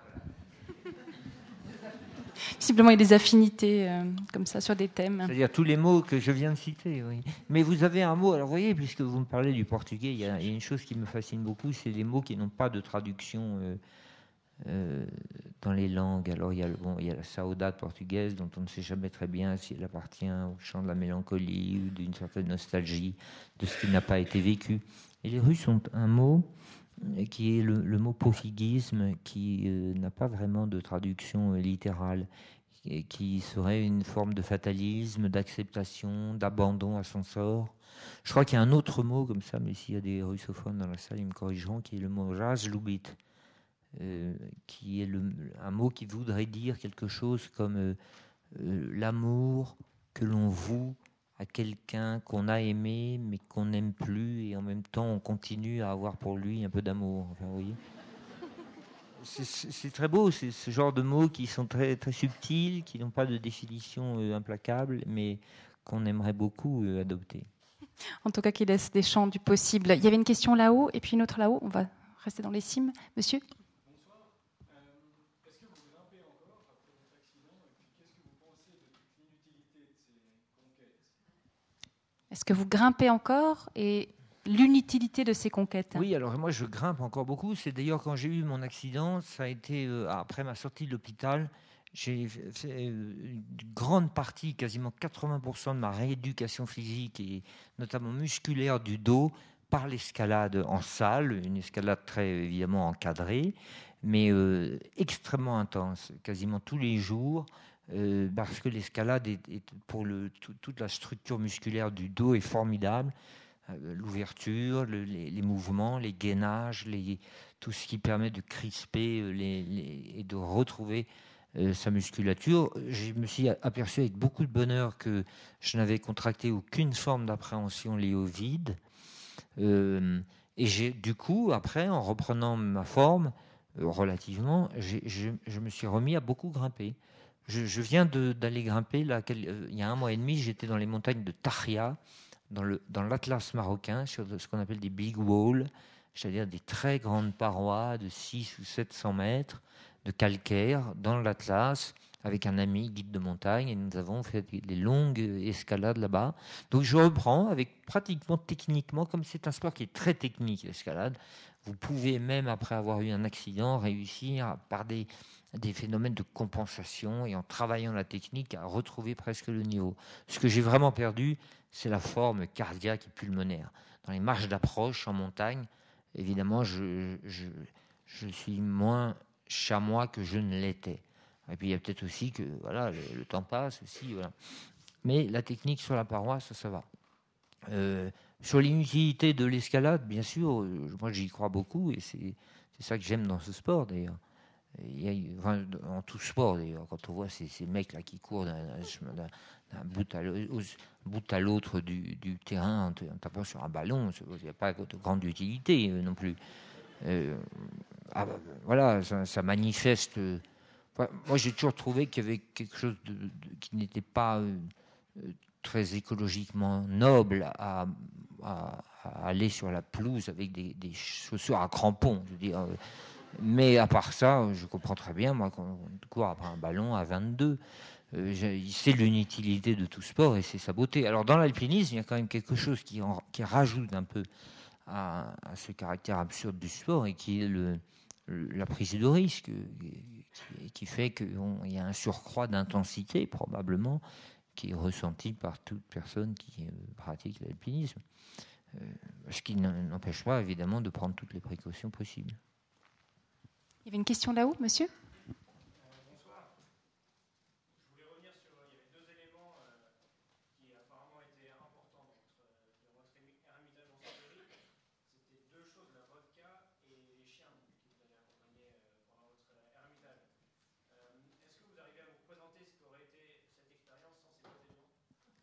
Visiblement, il y a des affinités euh, comme ça sur des thèmes. C'est-à-dire tous les mots que je viens de citer, oui. Mais vous avez un mot, alors vous voyez, puisque vous me parlez du portugais, il y a, il y a une chose qui me fascine beaucoup, c'est les mots qui n'ont pas de traduction euh, euh, dans les langues. Alors il y a, bon, il y a la saudade portugaise, dont on ne sait jamais très bien si elle appartient au chant de la mélancolie ou d'une certaine nostalgie de ce qui n'a pas été vécu. Et les Russes ont un mot qui est le, le mot pofiguisme, qui euh, n'a pas vraiment de traduction euh, littérale, et qui serait une forme de fatalisme, d'acceptation, d'abandon à son sort. Je crois qu'il y a un autre mot comme ça, mais s'il y a des russophones dans la salle, ils me corrigeront, qui est le mot razlubit, euh, qui est le, un mot qui voudrait dire quelque chose comme euh, euh, l'amour que l'on voue à quelqu'un qu'on a aimé mais qu'on n'aime plus, et en même temps on continue à avoir pour lui un peu d'amour. Enfin, vous voyez, c'est, c'est très beau, c'est ce genre de mots qui sont très, très subtils, qui n'ont pas de définition euh, implacable, mais qu'on aimerait beaucoup euh, adopter. En tout cas, qui laisse des champs du possible. Il y avait une question là-haut et puis une autre là-haut. On va rester dans les cimes. Monsieur ? Bonsoir. Euh, est-ce que vous grimpez encore après votre accident ? Et puis qu'est-ce que vous pensez de Est-ce que vous grimpez encore et l'inutilité de ces conquêtes? Oui, alors moi je grimpe encore beaucoup. C'est d'ailleurs quand j'ai eu mon accident, ça a été euh, après ma sortie de l'hôpital. J'ai fait une grande partie, quasiment quatre-vingts pour cent de ma rééducation physique et notamment musculaire du dos par l'escalade en salle, une escalade très évidemment encadrée, mais euh, extrêmement intense, quasiment tous les jours, euh, parce que l'escalade est, est pour le, tout, toute la structure musculaire du dos est formidable. Euh, l'ouverture, le, les, les mouvements, les gainages, les, tout ce qui permet de crisper euh, les, les, et de retrouver euh, sa musculature. Je me suis aperçu avec beaucoup de bonheur que je n'avais contracté aucune forme d'appréhension liée au vide. Euh, et j'ai, du coup, après, en reprenant ma forme, euh, relativement, j'ai, je, je me suis remis à beaucoup grimper. Je, je viens de, d'aller grimper, là, quel, euh, il y a un mois et demi, j'étais dans les montagnes de Tahria, dans, le, dans l'Atlas marocain, sur ce qu'on appelle des big walls, c'est-à-dire des très grandes parois de six ou sept cents mètres de calcaire dans l'Atlas, avec un ami guide de montagne, et nous avons fait des longues escalades là-bas. Donc je reprends avec pratiquement techniquement, comme c'est un sport qui est très technique, l'escalade, vous pouvez même, après avoir eu un accident, réussir par des, des phénomènes de compensation et en travaillant la technique à retrouver presque le niveau. Ce que j'ai vraiment perdu, c'est la forme cardiaque et pulmonaire. Dans les marches d'approche en montagne, évidemment, je, je, je suis moins chamois que je ne l'étais. Et puis il y a peut-être aussi que voilà, le, le temps passe aussi. Voilà. Mais la technique sur la paroi, ça, ça va. Euh, sur l'inutilité de l'escalade, bien sûr, euh, moi j'y crois beaucoup et c'est, c'est ça que j'aime dans ce sport d'ailleurs. Il y a, enfin, en tout sport d'ailleurs, quand on voit ces, ces mecs là qui courent d'un, d'un, d'un bout, à bout à l'autre du, du terrain en, en tapant sur un ballon, il n'y a pas de grande utilité euh, non plus. Euh, ah, voilà, ça, ça manifeste. Euh, moi j'ai toujours trouvé qu'il y avait quelque chose de, de, qui n'était pas euh, très écologiquement noble à, à, à aller sur la pelouse avec des, des chaussures à crampons. Je veux dire. Mais à part ça, je comprends très bien, moi, quand on court après un ballon à vingt-deux, euh, c'est l'inutilité de tout sport et c'est sa beauté. Alors dans l'alpinisme, il y a quand même quelque chose qui, en, qui rajoute un peu à, à ce caractère absurde du sport et qui est le, le, la prise de risque, qui, qui fait qu'il y a un surcroît d'intensité probablement qui est ressenti par toute personne qui pratique l'alpinisme. Euh, ce qui n'empêche pas évidemment de prendre toutes les précautions possibles. Il y avait une question là-haut, monsieur ? Bonsoir. Je voulais revenir sur. Il y avait deux éléments euh, qui apparemment étaient importants dans votre, dans votre ermitage en Sibérie. C'était deux choses, la vodka et les chiens qui vous avaient accompagné euh, pendant votre ermitage. Euh, est-ce que vous arrivez à vous représenter ce qu'aurait été cette expérience sans ces deux éléments ?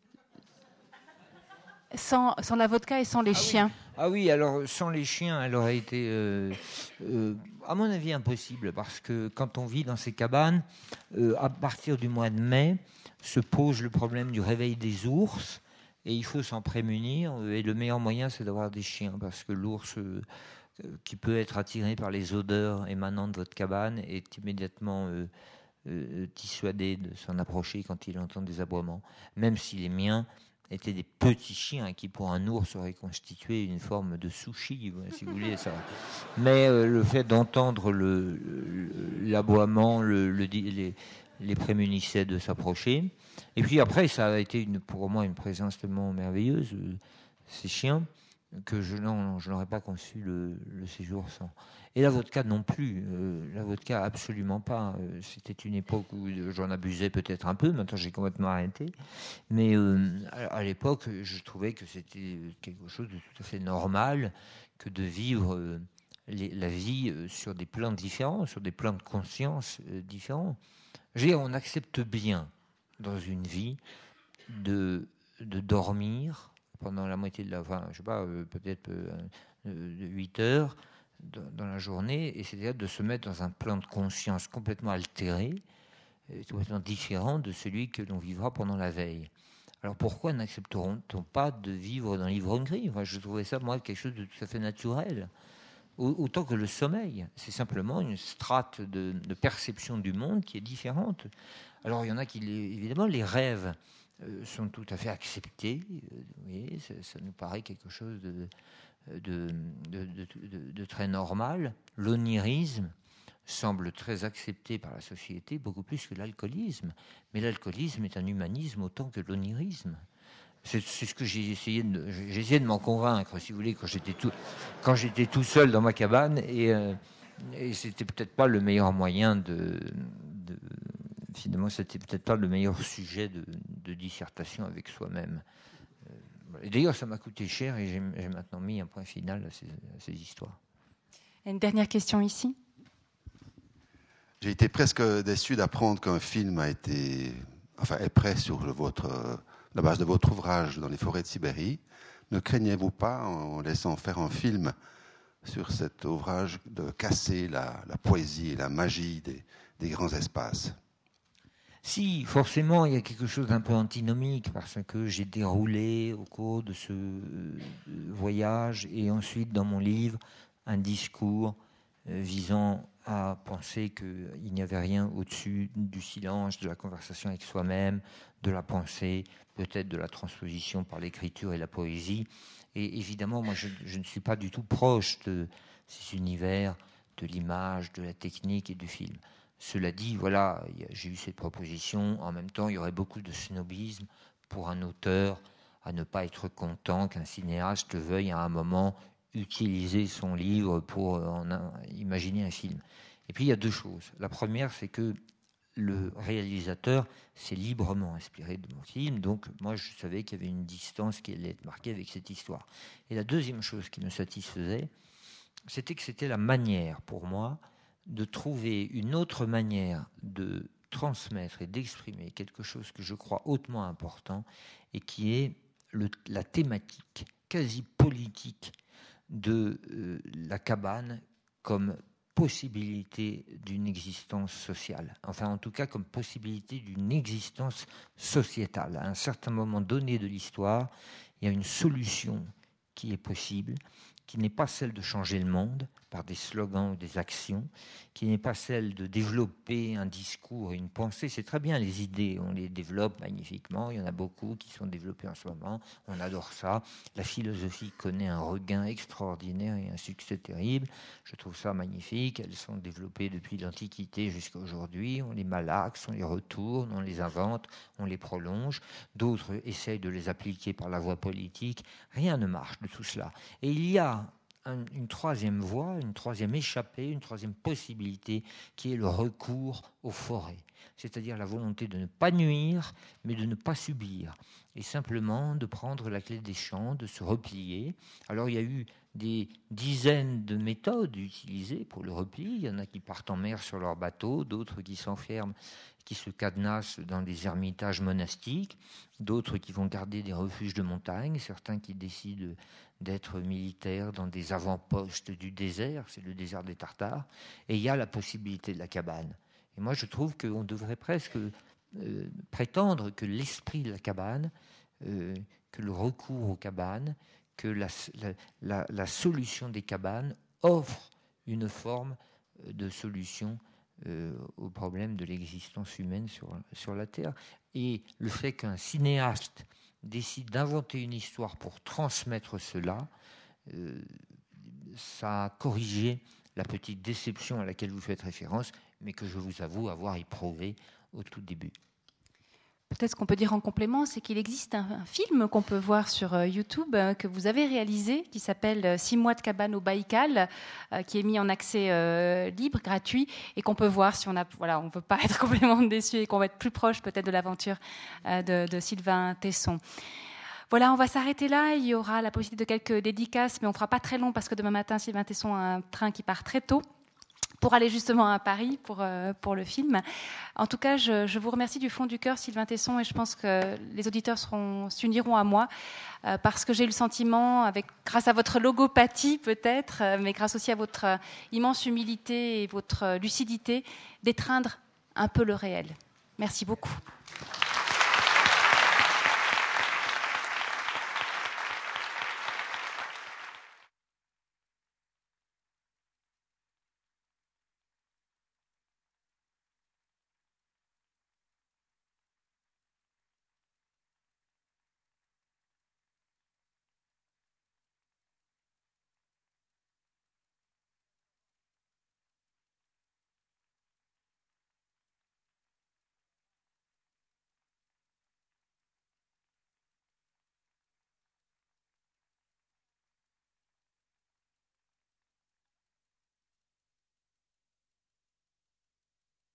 Sans, sans la vodka et sans les ah chiens. Oui. Ah oui, alors sans les chiens, elle aurait été, euh, euh, à mon avis, impossible, parce que quand on vit dans ces cabanes, euh, à partir du mois de mai, se pose le problème du réveil des ours, et il faut s'en prémunir, et le meilleur moyen, c'est d'avoir des chiens, parce que l'ours, euh, qui peut être attiré par les odeurs émanant de votre cabane, est immédiatement euh, euh, dissuadé de s'en approcher quand il entend des aboiements, même si les miens étaient des petits chiens qui, pour un ours, auraient constitué une forme de sushi, si vous voulez. Ça. Mais euh, le fait d'entendre le, le, l'aboiement le, le, les, les prémunissait de s'approcher. Et puis après, ça a été une, pour moi une présence tellement merveilleuse, euh, ces chiens, que je, non, je n'aurais pas conçu le, le séjour sans. Et la vodka non plus. Euh, la vodka, absolument pas. Euh, c'était une époque où j'en abusais peut-être un peu. Maintenant, j'ai complètement arrêté. Mais euh, à, à l'époque, je trouvais que c'était quelque chose de tout à fait normal que de vivre euh, les, la vie euh, sur des plans différents, sur des plans de conscience euh, différents. Je veux dire, on accepte bien dans une vie de, de dormir pendant la moitié de la, enfin, je sais pas, euh, peut-être euh, de huit heures dans la journée, et c'est-à-dire de se mettre dans un plan de conscience complètement altéré, complètement différent de celui que l'on vivra pendant la veille. Alors pourquoi n'accepterons-on pas de vivre dans l'ivrognerie ? Enfin, je trouvais ça, moi, quelque chose de tout à fait naturel. Autant que le sommeil, c'est simplement une strate de, de perception du monde qui est différente. Alors il y en a qui, évidemment, les rêves euh, sont tout à fait acceptés. Vous voyez, ça, ça nous paraît quelque chose de, de, de, de, de, de très normal. L'onirisme semble très accepté par la société, beaucoup plus que l'alcoolisme. Mais l'alcoolisme est un humanisme autant que l'onirisme. C'est, c'est ce que j'ai essayé de, j'ai essayé de m'en convaincre, si vous voulez, quand j'étais tout, quand j'étais tout seul dans ma cabane. Et, euh, et c'était peut-être pas le meilleur moyen de... de finalement, c'était peut-être pas le meilleur sujet de, de dissertation avec soi-même. Et d'ailleurs, ça m'a coûté cher et j'ai, j'ai maintenant mis un point final à ces, à ces histoires. Une dernière question ici. J'ai été presque déçu d'apprendre qu'un film a été, enfin, est prêt sur le, votre, la base de votre ouvrage dans les forêts de Sibérie. Ne craignez-vous pas, en laissant faire un film sur cet ouvrage, de casser la, la poésie et la magie des, des grands espaces? Si, forcément, il y a quelque chose d'un peu antinomique, parce que j'ai déroulé au cours de ce voyage et ensuite dans mon livre un discours visant à penser qu'il n'y avait rien au-dessus du silence, de la conversation avec soi-même, de la pensée, peut-être de la transposition par l'écriture et la poésie. Et évidemment, moi, je, je ne suis pas du tout proche de ces univers, de l'image, de la technique et du film. Cela dit, voilà, j'ai eu cette proposition. En même temps, il y aurait beaucoup de snobisme pour un auteur à ne pas être content qu'un cinéaste veuille à un moment utiliser son livre pour en imaginer un film. Et puis il y a deux choses. La première, c'est que le réalisateur s'est librement inspiré de mon film, donc moi je savais qu'il y avait une distance qui allait être marquée avec cette histoire. Et la deuxième chose qui me satisfaisait, c'était que c'était la manière pour moi de trouver une autre manière de transmettre et d'exprimer quelque chose que je crois hautement important et qui est le, la thématique quasi politique de euh, la cabane comme possibilité d'une existence sociale. Enfin, en tout cas, comme possibilité d'une existence sociétale. À un certain moment donné de l'histoire, il y a une solution qui est possible, qui n'est pas celle de changer le monde par des slogans ou des actions, qui n'est pas celle de développer un discours et une pensée. C'est très bien, les idées, on les développe magnifiquement, il y en a beaucoup qui sont développées en ce moment, on adore ça. La philosophie connaît un regain extraordinaire et un succès terrible, je trouve ça magnifique, elles sont développées depuis l'Antiquité jusqu'à aujourd'hui, on les malaxe, on les retourne, on les invente, on les prolonge, d'autres essayent de les appliquer par la voie politique, rien ne marche de tout cela. Et il y a Un, une troisième voie, une troisième échappée, une troisième possibilité qui est le recours aux forêts, c'est-à-dire la volonté de ne pas nuire, mais de ne pas subir, et simplement de prendre la clé des champs, de se replier. Alors il y a eu des dizaines de méthodes utilisées pour le repli, il y en a qui partent en mer sur leur bateau, d'autres qui s'enferment, qui se cadenassent dans des ermitages monastiques, d'autres qui vont garder des refuges de montagne, certains qui décident d'être militaires dans des avant-postes du désert, c'est le désert des Tartares, et il y a la possibilité de la cabane. Et moi, je trouve qu'on devrait presque euh, prétendre que l'esprit de la cabane, euh, que le recours aux cabanes, que la, la, la, la solution des cabanes offre une forme de solution euh, au problème de l'existence humaine sur, sur la Terre. Et le fait qu'un cinéaste décide d'inventer une histoire pour transmettre cela, euh, ça a corrigé la petite déception à laquelle vous faites référence, mais que je vous avoue avoir éprouvé au tout début. Peut-être ce qu'on peut dire en complément, c'est qu'il existe un, un film qu'on peut voir sur euh, YouTube euh, que vous avez réalisé, qui s'appelle euh, Six mois de cabane au Baïkal, euh, qui est mis en accès euh, libre, gratuit, et qu'on peut voir si on a, voilà, on ne veut pas être complètement déçu et qu'on va être plus proche peut-être de l'aventure euh, de, de Sylvain Tesson. Voilà, on va s'arrêter là. Il y aura la possibilité de quelques dédicaces, mais on ne fera pas très long parce que demain matin, Sylvain Tesson a un train qui part très tôt pour aller justement à Paris pour, euh, pour le film. En tout cas, je, je vous remercie du fond du cœur, Sylvain Tesson, et je pense que les auditeurs seront, s'uniront à moi, euh, parce que j'ai eu le sentiment, avec, grâce à votre logopathie peut-être, euh, mais grâce aussi à votre euh, immense humilité et votre euh, lucidité, d'étreindre un peu le réel. Merci beaucoup.